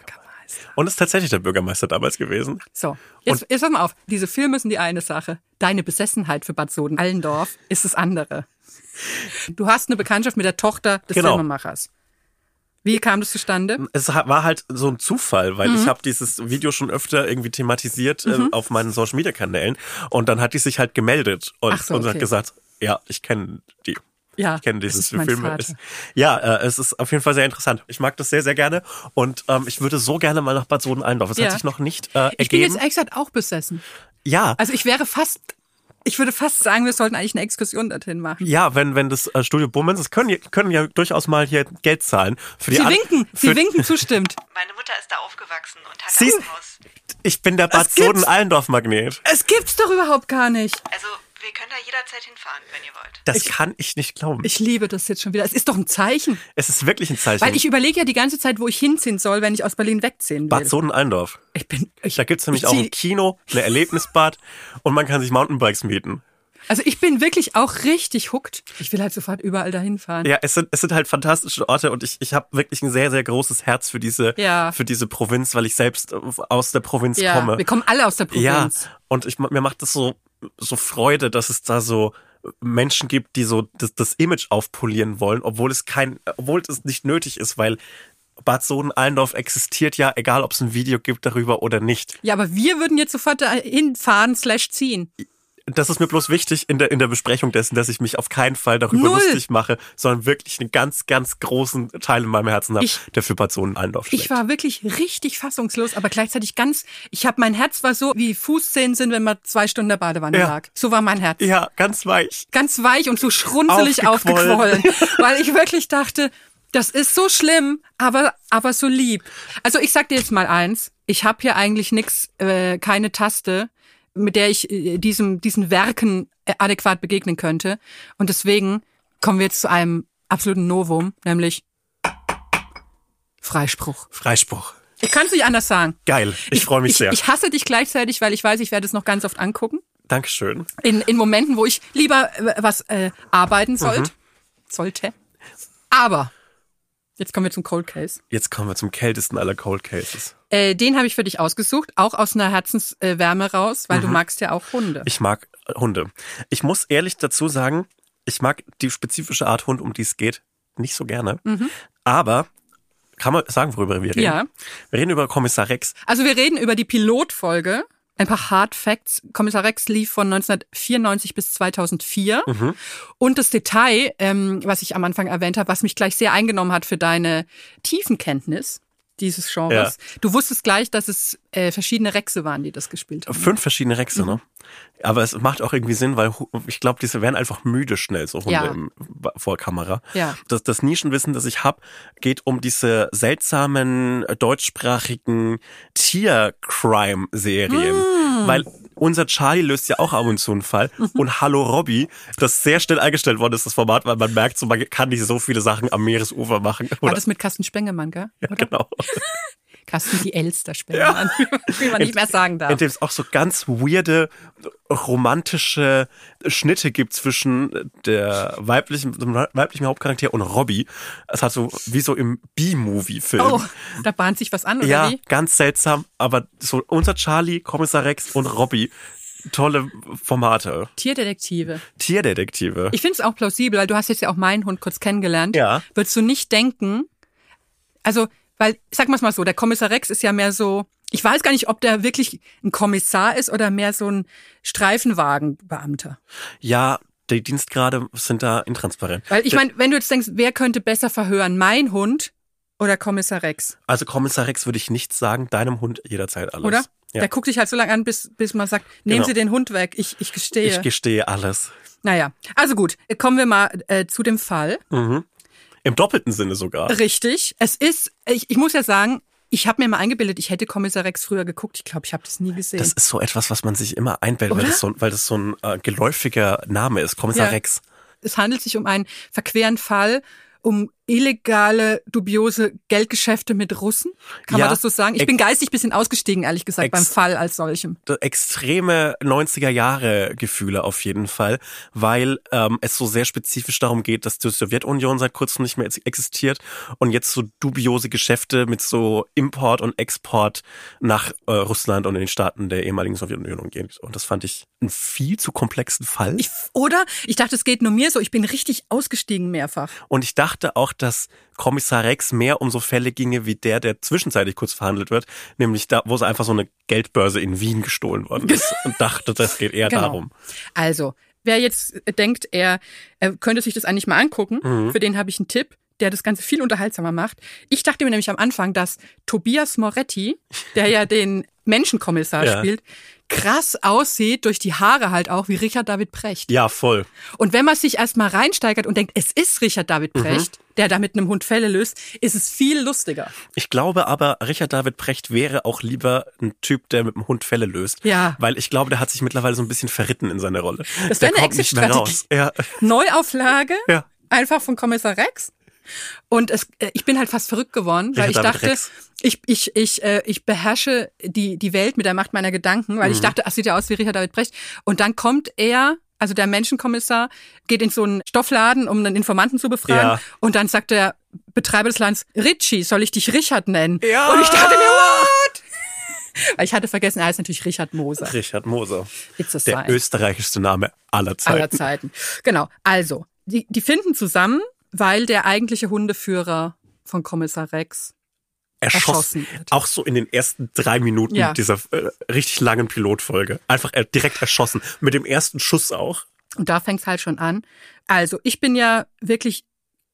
Und ist tatsächlich der Bürgermeister damals gewesen. So, jetzt pass mal auf. Diese Filme sind die eine Sache. Deine Besessenheit für Bad Soden-Allendorf ist das andere. Du hast eine Bekanntschaft mit der Tochter des Filmemachers. Wie kam das zustande? Es war halt so ein Zufall, weil ich habe dieses Video schon öfter irgendwie thematisiert auf meinen Social-Media-Kanälen. Und dann hat die sich halt gemeldet und hat gesagt, ja, ich kenne die. Ja, ich kenne dieses Film. Es ist auf jeden Fall sehr interessant. Ich mag das sehr, sehr gerne und ich würde so gerne mal nach Bad Soden-Allendorf. Das hat sich noch nicht ergeben. Ich bin jetzt ehrlich gesagt auch besessen. Ja. Also ich würde fast sagen, wir sollten eigentlich eine Exkursion dorthin machen. Ja, wenn das Studio Bummens, können ja durchaus mal hier Geld zahlen. Für die Sie winken zustimmt. Meine Mutter ist da aufgewachsen und hat ein Haus. Ich bin der Bad Soden-Allendorf-Magnet. Es gibt's doch überhaupt gar nicht. Also wir können da jederzeit hinfahren, wenn ihr wollt. Das kann ich nicht glauben. Ich liebe das jetzt schon wieder. Es ist doch ein Zeichen. Es ist wirklich ein Zeichen. Weil ich überlege ja die ganze Zeit, wo ich hinziehen soll, wenn ich aus Berlin wegziehen will. Bad Soden-Allendorf. Da gibt's nämlich auch ein Kino, ein Erlebnisbad und man kann sich Mountainbikes mieten. Also ich bin wirklich auch richtig hooked. Ich will halt sofort überall dahin fahren. Ja, es sind halt fantastische Orte und ich habe wirklich ein sehr, sehr großes Herz für diese Provinz, weil ich selbst aus der Provinz komme. Wir kommen alle aus der Provinz. Ja, und mir macht das so Freude, dass es da so Menschen gibt, die so das Image aufpolieren wollen, obwohl es nicht nötig ist, weil Bad Soden-Allendorf existiert ja, egal ob es ein Video gibt darüber oder nicht. Ja, aber wir würden jetzt sofort dahin fahren / ziehen. Das ist mir bloß wichtig in der Besprechung dessen, dass ich mich auf keinen Fall darüber lustig mache, sondern wirklich einen ganz, ganz großen Teil in meinem Herzen habe, der für Bad Soden-Allendorf schlägt. Ich war wirklich richtig fassungslos, aber gleichzeitig mein Herz war so, wie Fußzehen sind, wenn man 2 Stunden in der Badewanne lag. So war mein Herz. Ja, ganz weich. Ganz weich und so schrunzelig aufgequollen. Weil ich wirklich dachte, das ist so schlimm, aber so lieb. Also ich sag dir jetzt mal eins, ich habe hier eigentlich keine Taste, mit der ich diesen Werken adäquat begegnen könnte. Und deswegen kommen wir jetzt zu einem absoluten Novum, nämlich Freispruch. Ich kann es nicht anders sagen. Geil, ich freue mich sehr. Ich hasse dich gleichzeitig, weil ich weiß, ich werde es noch ganz oft angucken. Dankeschön. In Momenten, wo ich lieber was arbeiten sollte. Aber jetzt kommen wir zum Cold Case. Jetzt kommen wir zum kältesten aller Cold Cases. Den habe ich für dich ausgesucht, auch aus einer Herzenswärme raus, weil du magst ja auch Hunde. Ich mag Hunde. Ich muss ehrlich dazu sagen, ich mag die spezifische Art Hund, um die es geht, nicht so gerne. Aber kann man sagen, worüber wir reden? Ja. Wir reden über Kommissar Rex. Also wir reden über die Pilotfolge. Ein paar Hard Facts. Kommissar Rex lief von 1994 bis 2004. Und das Detail, was ich am Anfang erwähnt habe, was mich gleich sehr eingenommen hat für deine Tiefenkenntnis dieses Genres. Ja. Du wusstest gleich, dass es verschiedene Rexe waren, die das gespielt haben. 5 verschiedene Rexe, ne? Aber es macht auch irgendwie Sinn, weil ich glaube, diese werden einfach müde schnell, so Hunde vor Kamera. Ja. Das Nischenwissen, das ich habe, geht um diese seltsamen deutschsprachigen Tier-Crime-Serien. Weil unser Charlie löst ja auch ab und zu einen Fall. Und Hallo Robby, das sehr schnell eingestellt worden ist, das Format, weil man merkt, so, man kann nicht so viele Sachen am Meeresufer machen. War das mit Carsten Spengemann, gell? Ja, genau. Carsten die Elster Spengemann, wie man nicht mehr sagen darf. In dem es auch so ganz weirde, romantische Schnitte gibt zwischen dem weiblichen Hauptcharakter und Robby. Es hat so, wie so im B-Movie-Film. Oh, da bahnt sich was an, oder ja, wie? Ganz seltsam, aber so unser Charlie, Kommissar Rex und Robby, tolle Formate. Tierdetektive. Ich finde es auch plausibel, weil du hast jetzt ja auch meinen Hund kurz kennengelernt. Ja. Würdest du nicht denken, also, weil, sag mal's mal so, der Kommissar Rex ist ja mehr so, ich weiß gar nicht, ob der wirklich ein Kommissar ist oder mehr so ein Streifenwagenbeamter. Ja, die Dienstgrade sind da intransparent. Weil ich meine, wenn du jetzt denkst, wer könnte besser verhören, mein Hund oder Kommissar Rex? Also Kommissar Rex würde ich nicht sagen, deinem Hund jederzeit alles. Oder? Ja. Der guckt dich halt so lange an, bis man sagt, nehmen Sie den Hund weg, ich gestehe. Ich gestehe alles. Naja, also gut, kommen wir mal zu dem Fall. Im doppelten Sinne sogar. Richtig. Es ist, ich muss ja sagen, ich habe mir mal eingebildet, ich hätte Kommissar Rex früher geguckt. Ich glaube, ich habe das nie gesehen. Das ist so etwas, was man sich immer einbildet, weil das so ein geläufiger Name ist, Kommissar Rex. Es handelt sich um einen verqueren Fall, um illegale, dubiose Geldgeschäfte mit Russen? Kann man das so sagen? Ich bin geistig ein bisschen ausgestiegen, ehrlich gesagt, beim Fall als solchem. Extreme 90er-Jahre-Gefühle auf jeden Fall, weil es so sehr spezifisch darum geht, dass die Sowjetunion seit kurzem nicht mehr existiert und jetzt so dubiose Geschäfte mit so Import und Export nach Russland und in den Staaten der ehemaligen Sowjetunion gehen. Und das fand ich einen viel zu komplexen Fall. Ich dachte, es geht nur mir so. Ich bin richtig ausgestiegen mehrfach. Und ich dachte auch, dass Kommissar Rex mehr um so Fälle ginge wie der zwischenzeitlich kurz verhandelt wird, nämlich da, wo es einfach so eine Geldbörse in Wien gestohlen worden ist und dachte, das geht eher darum. Also, wer jetzt denkt, er könnte sich das eigentlich mal angucken, für den habe ich einen Tipp, der das Ganze viel unterhaltsamer macht. Ich dachte mir nämlich am Anfang, dass Tobias Moretti, der ja den Menschenkommissar spielt, krass aussieht, durch die Haare halt auch, wie Richard David Precht. Ja, voll. Und wenn man sich erstmal reinsteigert und denkt, es ist Richard David Precht, der da mit einem Hund Fälle löst, ist es viel lustiger. Ich glaube aber, Richard David Precht wäre auch lieber ein Typ, der mit dem Hund Fälle löst. Ja. Weil ich glaube, der hat sich mittlerweile so ein bisschen verritten in seiner Rolle. Das wäre eine Exit-Strategie. Ja. Neuauflage, einfach von Kommissar Rex. Und ich bin halt fast verrückt geworden, weil ich dachte, ich beherrsche die Welt mit der Macht meiner Gedanken, weil ich dachte, das sieht ja aus wie Richard David Precht. Und dann kommt er, also der Menschenkommissar, geht in so einen Stoffladen, um einen Informanten zu befragen. Ja. Und dann sagt der Betreiber des Ladens, Richie, soll ich dich Richard nennen? Ja. Und ich dachte mir, what? Weil ich hatte vergessen, er heißt natürlich Richard Moser. Richard Moser. Der österreichischste Name aller Zeiten. Genau. Also, die finden zusammen, weil der eigentliche Hundeführer von Kommissar Rex erschossen wird. Auch so in den ersten 3 Minuten dieser richtig langen Pilotfolge. Einfach direkt erschossen. Mit dem ersten Schuss auch. Und da fängt's halt schon an. Also, ich bin ja wirklich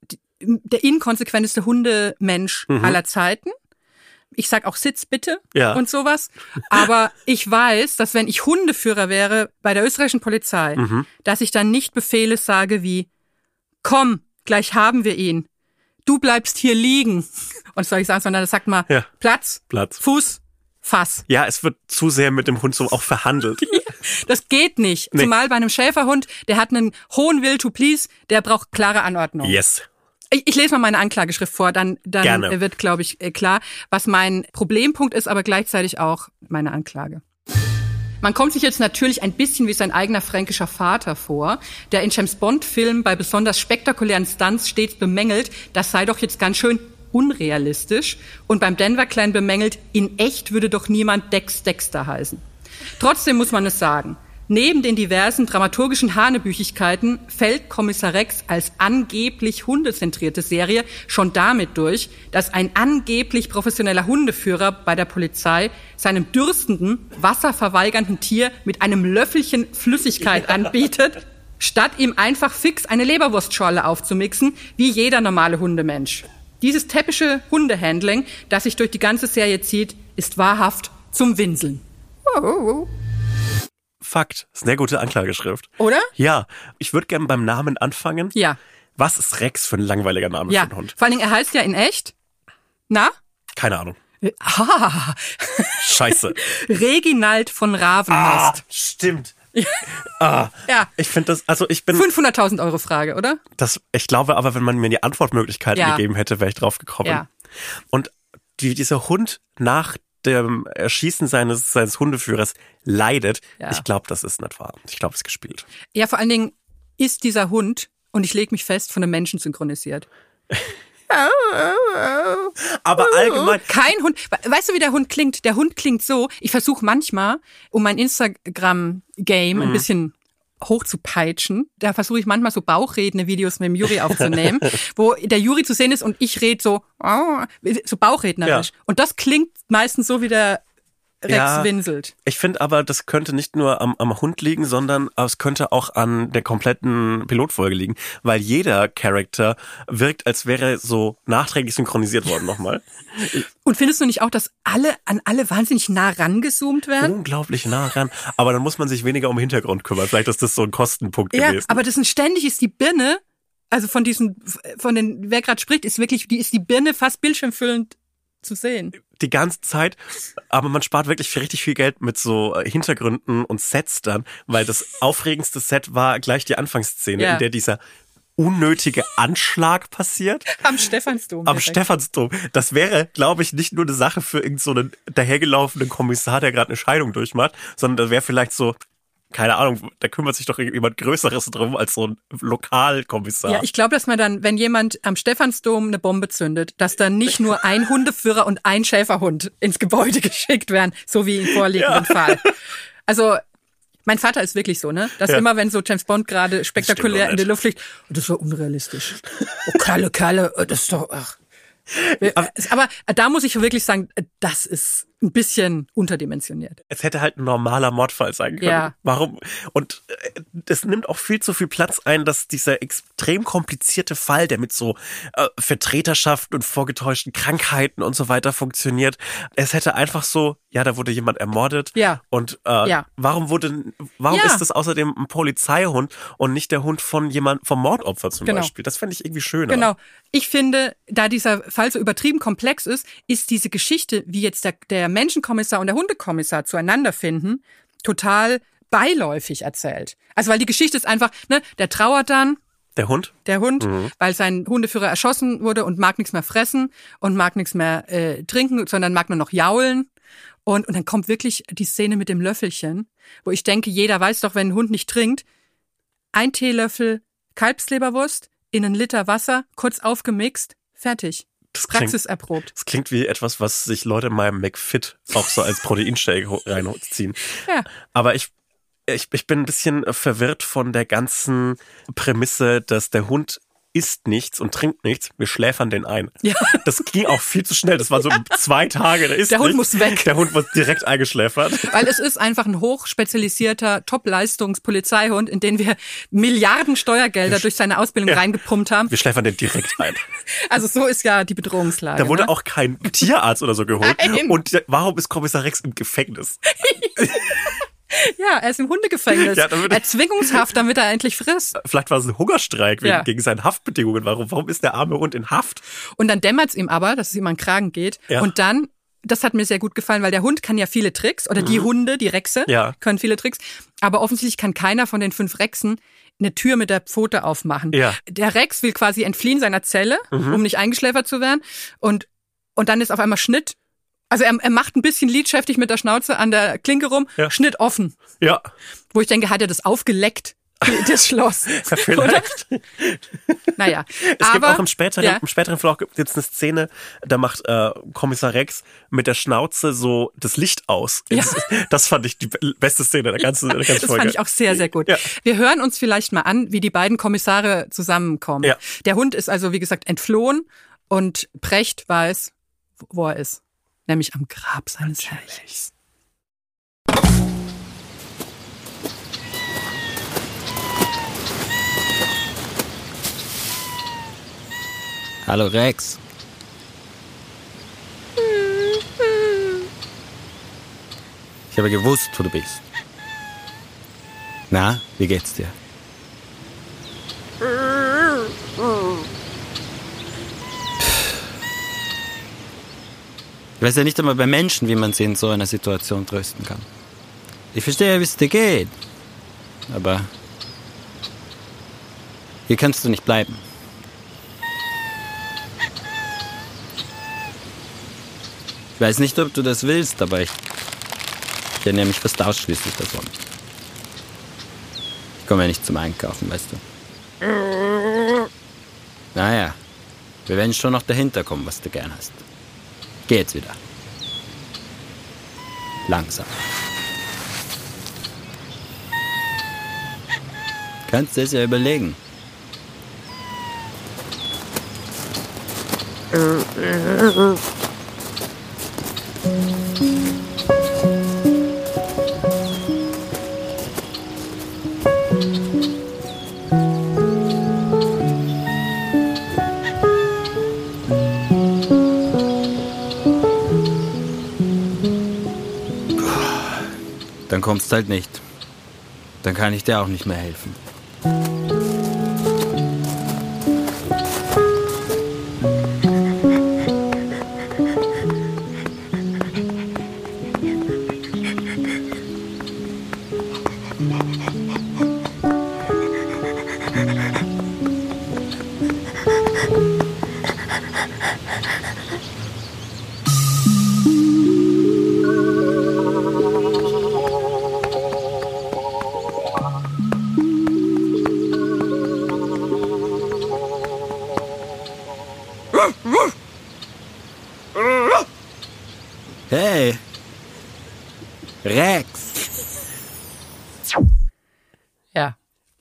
der inkonsequenteste Hundemensch aller Zeiten. Ich sag auch Sitz bitte und sowas. Aber ich weiß, dass wenn ich Hundeführer wäre bei der österreichischen Polizei, dass ich dann nicht Befehle sage wie, komm, gleich haben wir ihn. Du bleibst hier liegen. Und soll ich sagen, sondern das sagt mal Platz, Fuß, Fass. Ja, es wird zu sehr mit dem Hund so auch verhandelt. Das geht nicht. Nee. Zumal bei einem Schäferhund, der hat einen hohen Will to please, der braucht klare Anordnung. Yes. Ich lese mal meine Anklageschrift vor, dann wird, glaube ich, klar, was mein Problempunkt ist, aber gleichzeitig auch meine Anklage. Man kommt sich jetzt natürlich ein bisschen wie sein eigener fränkischer Vater vor, der in James-Bond-Filmen bei besonders spektakulären Stunts stets bemängelt, das sei doch jetzt ganz schön unrealistisch, und beim Denver Clan bemängelt, in echt würde doch niemand Dex Dexter heißen. Trotzdem muss man es sagen, neben den diversen dramaturgischen Hanebüchigkeiten fällt Kommissar Rex als angeblich hundezentrierte Serie schon damit durch, dass ein angeblich professioneller Hundeführer bei der Polizei seinem dürstenden, wasserverweigernden Tier mit einem Löffelchen Flüssigkeit anbietet, statt ihm einfach fix eine Leberwurstschorle aufzumixen, wie jeder normale Hundemensch. Dieses täppische Hundehandling, das sich durch die ganze Serie zieht, ist wahrhaft zum Winseln. Fakt. Das ist eine sehr gute Anklageschrift. Oder? Ja. Ich würde gerne beim Namen anfangen. Ja. Was ist Rex für ein langweiliger Name für einen Hund? Vor allen Dingen, er heißt ja in echt. Na? Keine Ahnung. Ah. Scheiße. Reginald von Ravenhorst. Stimmt. Ja. Ich finde das, also ich bin... 500.000 Euro Frage, oder? Ich glaube aber, wenn man mir die Antwortmöglichkeiten gegeben hätte, wäre ich drauf gekommen. Ja. Und dieser Hund nach dem Erschießen seines Hundeführers leidet, ich glaube, das ist nicht wahr. Ich glaube, es ist gespielt. Ja, vor allen Dingen ist dieser Hund, und ich lege mich fest, von einem Menschen synchronisiert. Aber allgemein... Kein Hund... Weißt du, wie der Hund klingt? Der Hund klingt so, ich versuche manchmal, um mein Instagram-Game ein bisschen hoch zu peitschen, da versuche ich manchmal so Bauchredner-Videos mit dem Juri aufzunehmen, wo der Juri zu sehen ist und ich rede so bauchrednerisch. Ja. Und das klingt meistens so, wie der Rex winselt. Ich finde aber, das könnte nicht nur am Hund liegen, sondern es könnte auch an der kompletten Pilotfolge liegen, weil jeder Charakter wirkt, als wäre so nachträglich synchronisiert worden nochmal. Und findest du nicht auch, dass an alle wahnsinnig nah rangezoomt werden? Unglaublich nah ran. Aber dann muss man sich weniger um den Hintergrund kümmern. Vielleicht ist das so ein Kostenpunkt gewesen. Ja, aber ständig ist die Birne, also wer gerade spricht, ist die Birne fast bildschirmfüllend zu sehen. Die ganze Zeit, aber man spart wirklich richtig viel Geld mit so Hintergründen und Sets dann, weil das aufregendste Set war gleich die Anfangsszene, in der dieser unnötige Anschlag passiert. Am Stephansdom. Am Stephansdom. Das wäre, glaube ich, nicht nur eine Sache für irgend so einen dahergelaufenen Kommissar, der gerade eine Scheidung durchmacht, sondern das wäre vielleicht so, keine Ahnung, da kümmert sich doch jemand Größeres drum als so ein Lokalkommissar. Ja, ich glaube, dass man dann, wenn jemand am Stephansdom eine Bombe zündet, dass dann nicht nur ein Hundeführer und ein Schäferhund ins Gebäude geschickt werden, so wie im vorliegenden Fall. Also, mein Vater ist wirklich so, ne? Dass immer, wenn so James Bond gerade spektakulär in die Luft fliegt, das war unrealistisch. Oh, Kerle, das ist doch, ach. Aber da muss ich wirklich sagen, das ist ein bisschen unterdimensioniert. Es hätte halt ein normaler Mordfall sein können. Ja. Warum? Und es nimmt auch viel zu viel Platz ein, dass dieser extrem komplizierte Fall, der mit so Vertreterschaften und vorgetäuschten Krankheiten und so weiter funktioniert, es hätte einfach so, ja, da wurde jemand ermordet. Ja. Und warum ist das außerdem ein Polizeihund und nicht der Hund vom Mordopfer zum Beispiel? Das fände ich irgendwie schöner. Genau. Ich finde, da dieser Fall so übertrieben komplex ist diese Geschichte, wie jetzt der Menschenkommissar und der Hundekommissar zueinander finden, total beiläufig erzählt. Also weil die Geschichte ist einfach, ne, der trauert dann. Der Hund, weil sein Hundeführer erschossen wurde und mag nichts mehr fressen und mag nichts mehr trinken, sondern mag nur noch jaulen. Und dann kommt wirklich die Szene mit dem Löffelchen, wo ich denke, jeder weiß doch, wenn ein Hund nicht trinkt, 1 Teelöffel Kalbsleberwurst in 1 Liter Wasser, kurz aufgemixt, fertig. Praxiserprobt. Das klingt wie etwas, was sich Leute in meinem McFit auch so als Proteinshake reinziehen. Ja. Aber ich bin ein bisschen verwirrt von der ganzen Prämisse, dass der Hund isst nichts und trinkt nichts, wir schläfern den ein. Ja. Das ging auch viel zu schnell. Das waren so 2 Tage. Der Hund muss weg. Der Hund wird direkt eingeschläfert. Weil es ist einfach ein hochspezialisierter Top-Leistungs-Polizeihund, in den wir Milliarden Steuergelder durch seine Ausbildung reingepumpt haben. Wir schläfern den direkt ein. Also so ist ja die Bedrohungslage. Da wurde auch kein Tierarzt oder so geholt. Nein. Und warum ist Kommissar Rex im Gefängnis? Ja, er ist im Hundegefängnis. Ja, Erzwingungshaft, damit er endlich frisst. Vielleicht war es ein Hungerstreik gegen seine Haftbedingungen. Warum ist der arme Hund in Haft? Und dann dämmert's ihm aber, dass es ihm an den Kragen geht. Ja. Und dann, das hat mir sehr gut gefallen, weil der Hund kann ja viele Tricks. Oder die Hunde, die Rexe, können viele Tricks. Aber offensichtlich kann keiner von den 5 Rexen eine Tür mit der Pfote aufmachen. Ja. Der Rex will quasi entfliehen seiner Zelle, um nicht eingeschläfert zu werden. Und dann ist auf einmal Schnitt. Also er macht ein bisschen lidschäftig mit der Schnauze an der Klinke rum, Schnitt offen. Ja. Wo ich denke, hat er das aufgeleckt, das Schloss? Ja, vielleicht. Naja. Es gibt auch im späteren Verlauf gibt's eine Szene, da macht Kommissar Rex mit der Schnauze so das Licht aus. Ja. Das fand ich die beste Szene der ganzen Folge. Das fand ich auch sehr, sehr gut. Ja. Wir hören uns vielleicht mal an, wie die beiden Kommissare zusammenkommen. Ja. Der Hund ist also, wie gesagt, entflohen und Precht weiß, wo er ist. Nämlich am Grab seines Herrchens. Hallo Rex. Ich habe gewusst, wo du bist. Na, wie geht's dir? Ich weiß ja nicht einmal bei Menschen, wie man sie in so einer Situation trösten kann. Ich verstehe, wie es dir geht. Aber hier kannst du nicht bleiben. Ich weiß nicht, ob du das willst, aber ich ernähre mich fast ausschließlich davon. Ich komme ja nicht zum Einkaufen, weißt du. Naja, wir werden schon noch dahinter kommen, was du gern hast. Geh jetzt wieder. Langsam. Kannst du es ja überlegen. Dann kommst halt nicht. Dann kann ich dir auch nicht mehr helfen. Hey, Rex. Ja.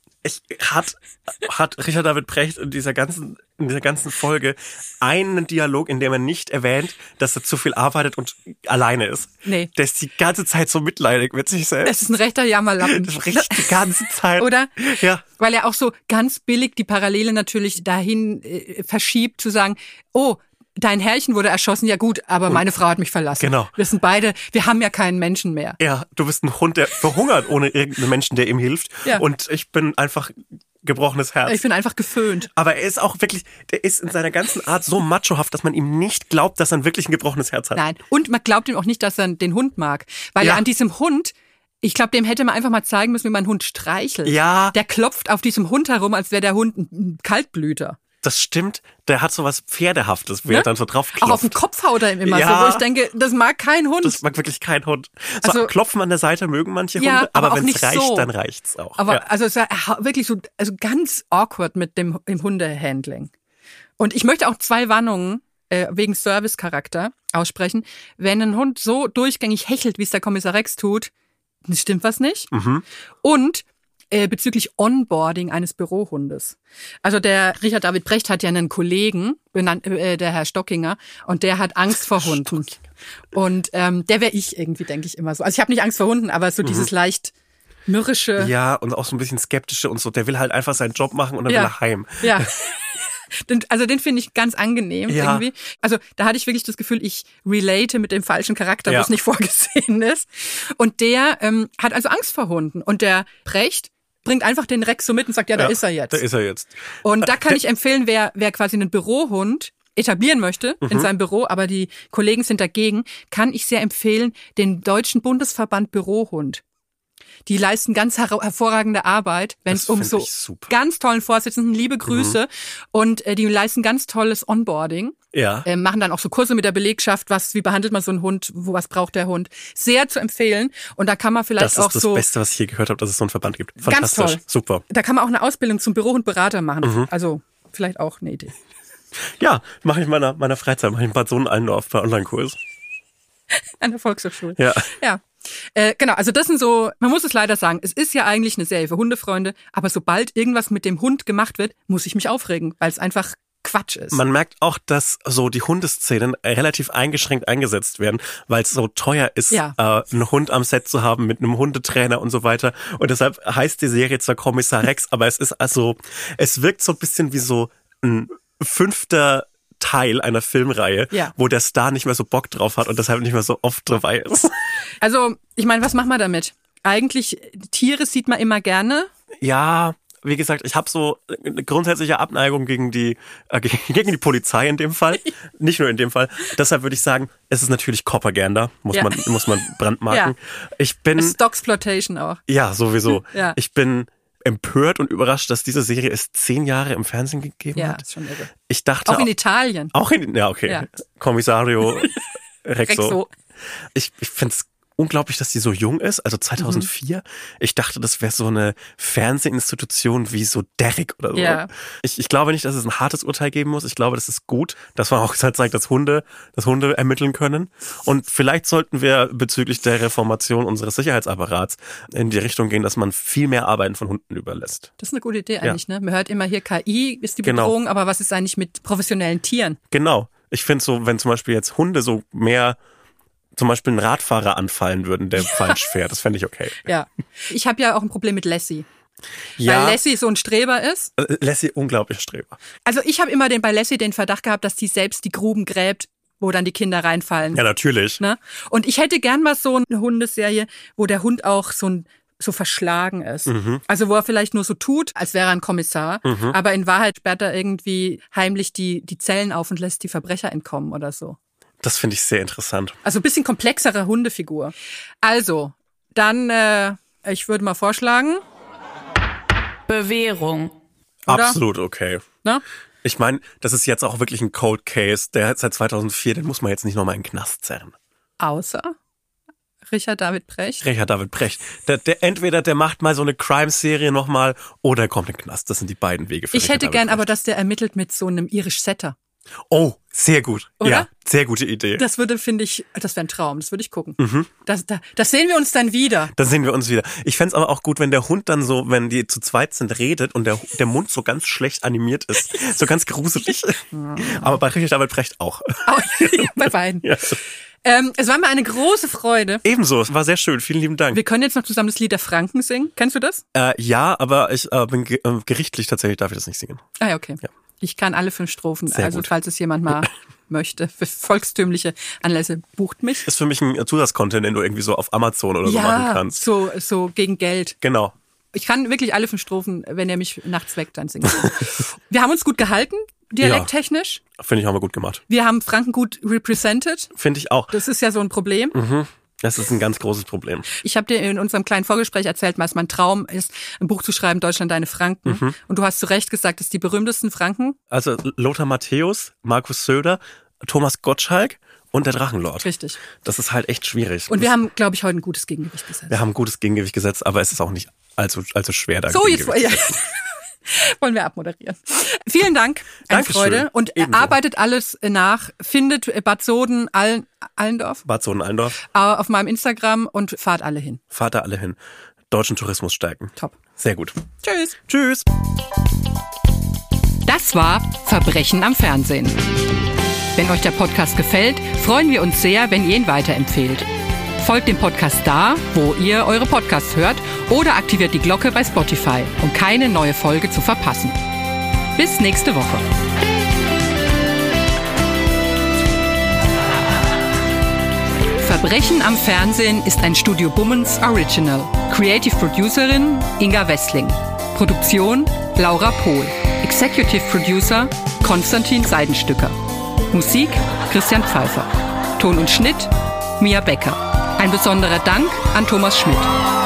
Hat Richard David Precht in dieser ganzen Folge einen Dialog, in dem er nicht erwähnt, dass er zu viel arbeitet und alleine ist. Nee. Der ist die ganze Zeit so mitleidig mit sich selbst. Es ist ein rechter Jammerlappen. Das riecht die ganze Zeit. Oder? Ja. Weil er auch so ganz billig die Parallele natürlich dahin verschiebt, zu sagen, oh, dein Herrchen wurde erschossen, ja gut, aber meine Frau hat mich verlassen. Genau. Wir haben ja keinen Menschen mehr. Ja, du bist ein Hund, der verhungert ohne irgendeinen Menschen, der ihm hilft. Ja. Und ich bin einfach gebrochenes Herz. Ich bin einfach geföhnt. Aber er ist auch wirklich, der ist in seiner ganzen Art so machohaft, dass man ihm nicht glaubt, dass er wirklich ein gebrochenes Herz hat. Nein, und man glaubt ihm auch nicht, dass er den Hund mag. Weil er an diesem Hund, ich glaube, dem hätte man einfach mal zeigen müssen, wie man einen Hund streichelt. Ja. Der klopft auf diesem Hund herum, als wäre der Hund ein Kaltblüter. Das stimmt, der hat so was Pferdehaftes, wie er dann so drauf klopft. Auch auf den Kopf haut er ihm immer so, wo ich denke, das mag kein Hund. Das mag wirklich kein Hund. So, Also, klopfen an der Seite mögen manche ja, Hunde, aber auch wenn es nicht reicht, so. dann reicht's auch. Aber also es war wirklich so ganz awkward mit dem Hundehandling. Und ich möchte auch 2 Warnungen wegen Servicecharakter aussprechen. Wenn ein Hund so durchgängig hechelt, wie es der Kommissar Rex tut, dann stimmt was nicht. Mhm. Und bezüglich Onboarding eines Bürohundes. Also der Richard David Precht hat ja einen Kollegen, benannt, der Herr Stockinger, und der hat Angst vor Hunden. Und der wäre ich irgendwie, denke ich immer so. Also ich habe nicht Angst vor Hunden, aber so dieses leicht mürrische. Ja, und auch so ein bisschen skeptische und so. Der will halt einfach seinen Job machen und dann will er heim. Ja. Also den finde ich ganz angenehm irgendwie. Also da hatte ich wirklich das Gefühl, ich relate mit dem falschen Charakter, wo es nicht vorgesehen ist. Und der hat also Angst vor Hunden. Und der Precht bringt einfach den Rex so mit und sagt, da ist er jetzt. Da ist er jetzt. Und da kann ich empfehlen, wer quasi einen Bürohund etablieren möchte in seinem Büro, aber die Kollegen sind dagegen, kann ich sehr empfehlen, den Deutschen Bundesverband Bürohund. Die leisten ganz hervorragende Arbeit, wenn es um so ganz tollen Vorsitzenden, liebe Grüße, und die leisten ganz tolles Onboarding. Ja. Machen dann auch so Kurse mit der Belegschaft, wie behandelt man so einen Hund, was braucht der Hund. Sehr zu empfehlen. Und da kann man vielleicht auch so... Das ist das Beste, was ich je gehört habe, dass es so einen Verband gibt. Fantastisch. Ganz toll. Super. Da kann man auch eine Ausbildung zum Bürohundberater machen. Also vielleicht auch eine Idee. Ja, mache ich meiner Freizeit, mache ich in Bad Sohn-Allendorf bei Online-Kurs. An der Volkshochschule. Ja. Genau, also das sind so, man muss es leider sagen, es ist ja eigentlich eine Serie für Hundefreunde, aber sobald irgendwas mit dem Hund gemacht wird, muss ich mich aufregen, weil es einfach Quatsch ist. Man merkt auch, dass so die Hundeszenen relativ eingeschränkt eingesetzt werden, weil es so teuer ist, einen Hund am Set zu haben mit einem Hundetrainer und so weiter. Und deshalb heißt die Serie zwar Kommissar Rex, aber es wirkt so ein bisschen wie so ein 5. Teil einer Filmreihe, wo der Star nicht mehr so Bock drauf hat und deshalb nicht mehr so oft dabei ist. Also, ich meine, was macht man damit? Eigentlich, Tiere sieht man immer gerne. Ja, wie gesagt, ich habe so eine grundsätzliche Abneigung gegen die Polizei in dem Fall. Nicht nur in dem Fall. Deshalb würde ich sagen, es ist natürlich Propaganda, muss man brandmarken. Ja. Ich bin Stocksploitation auch. Ja, sowieso. Ja. Ich bin empört und überrascht, dass diese Serie es 10 Jahre im Fernsehen gegeben hat. Ja, ist schon irre. Ich dachte auch in Italien. Ja. Kommissario Rexo. Ich finde es unglaublich, dass die so jung ist, also 2004. Ich dachte, das wäre so eine Fernsehinstitution wie so Derrick oder so. Ja. Ich glaube nicht, dass es ein hartes Urteil geben muss. Ich glaube, das ist gut, dass man auch halt zeigt, dass Hunde ermitteln können. Und vielleicht sollten wir bezüglich der Reformation unseres Sicherheitsapparats in die Richtung gehen, dass man viel mehr Arbeiten von Hunden überlässt. Das ist eine gute Idee eigentlich, ne? Man hört immer hier, KI ist die Bedrohung, aber was ist eigentlich mit professionellen Tieren? Genau. Ich finde so, wenn zum Beispiel jetzt Hunde so mehr zum Beispiel einen Radfahrer anfallen würden, der falsch fährt. Das fände ich okay. Ja. Ich habe ja auch ein Problem mit Lassie. Ja. Weil Lassie so ein Streber ist. Lassie, unglaublich Streber. Also ich habe immer bei Lassie den Verdacht gehabt, dass die selbst die Gruben gräbt, wo dann die Kinder reinfallen. Ja, natürlich. Ne? Und ich hätte gern mal so eine Hundeserie, wo der Hund auch so verschlagen ist. Also wo er vielleicht nur so tut, als wäre er ein Kommissar, aber in Wahrheit sperrt er irgendwie heimlich die Zellen auf und lässt die Verbrecher entkommen oder so. Das finde ich sehr interessant. Also ein bisschen komplexere Hundefigur. Also, dann, ich würde mal vorschlagen. Bewährung. Oder? Absolut okay. Na? Ich meine, das ist jetzt auch wirklich ein Cold Case. Der hat seit 2004, den muss man jetzt nicht nochmal in den Knast zerren. Außer Richard David Precht. Entweder der macht mal so eine Crime-Serie nochmal oder er kommt in den Knast. Das sind die beiden Wege für Ich Richard hätte David gern Precht. aber, dass der ermittelt mit so einem Irish Setter. Oh, sehr gut. Oder? Ja, sehr gute Idee. Das würde, finde ich, das wäre ein Traum. Das würde ich gucken. Das sehen wir uns dann wieder. Dann sehen wir uns wieder. Ich fänd's aber auch gut, wenn der Hund dann so, wenn die zu zweit sind, redet und der Mund so ganz schlecht animiert ist. So ganz gruselig. Aber bei Richard David Precht auch. Bei beiden. Ja. Es war mir eine große Freude. Ebenso, es war sehr schön. Vielen lieben Dank. Wir können jetzt noch zusammen das Lied der Franken singen. Kennst du das? Ja, aber ich bin gerichtlich tatsächlich, darf ich das nicht singen. Ah ja, okay. Ja. Ich kann alle 5 Strophen. Sehr also gut. falls es jemand mal möchte, für volkstümliche Anlässe, bucht mich. Ist für mich ein Zusatzcontent, den du irgendwie so auf Amazon oder so machen kannst. so gegen Geld. Genau. Ich kann wirklich alle 5 Strophen, wenn er mich nachts weckt, dann singen. Wir haben uns gut gehalten, dialekttechnisch. Finde ich, haben wir gut gemacht. Wir haben Franken gut represented. Finde ich auch. Das ist ja so ein Problem. Das ist ein ganz großes Problem. Ich habe dir in unserem kleinen Vorgespräch erzählt, was mein Traum ist, ein Buch zu schreiben, Deutschland, deine Franken. Und du hast zu Recht gesagt, dass die berühmtesten Franken. Also Lothar Matthäus, Markus Söder, Thomas Gottschalk und der Drachenlord. Richtig. Das ist halt echt schwierig. Und wir haben, glaube ich, heute ein gutes Gegengewicht gesetzt. Wir haben ein gutes Gegengewicht gesetzt, aber es ist auch nicht allzu schwer. Da So, jetzt Gegengewicht. wollen wir abmoderieren. Vielen Dank, eine Dankeschön. Freude. Und Ebenso. arbeitet alles nach, findet Bad Soden, Allendorf Bad Soden-Allendorf. auf meinem Instagram und fahrt alle hin. Fahrt da alle hin. Deutschen Tourismus stärken. Top. Sehr gut. Tschüss. Tschüss. Das war Verbrechen am Fernsehen. Wenn euch der Podcast gefällt, freuen wir uns sehr, wenn ihr ihn weiterempfehlt. Folgt dem Podcast da, wo ihr eure Podcasts hört, oder aktiviert die Glocke bei Spotify, um keine neue Folge zu verpassen. Bis nächste Woche. Verbrechen am Fernsehen ist ein Studio Bummens Original. Creative Producerin Inga Wessling. Produktion Laura Pohl. Executive Producer Konstantin Seidenstücker. Musik Christian Pfeiffer. Ton und Schnitt Mia Becker. Ein besonderer Dank an Thomas Schmidt.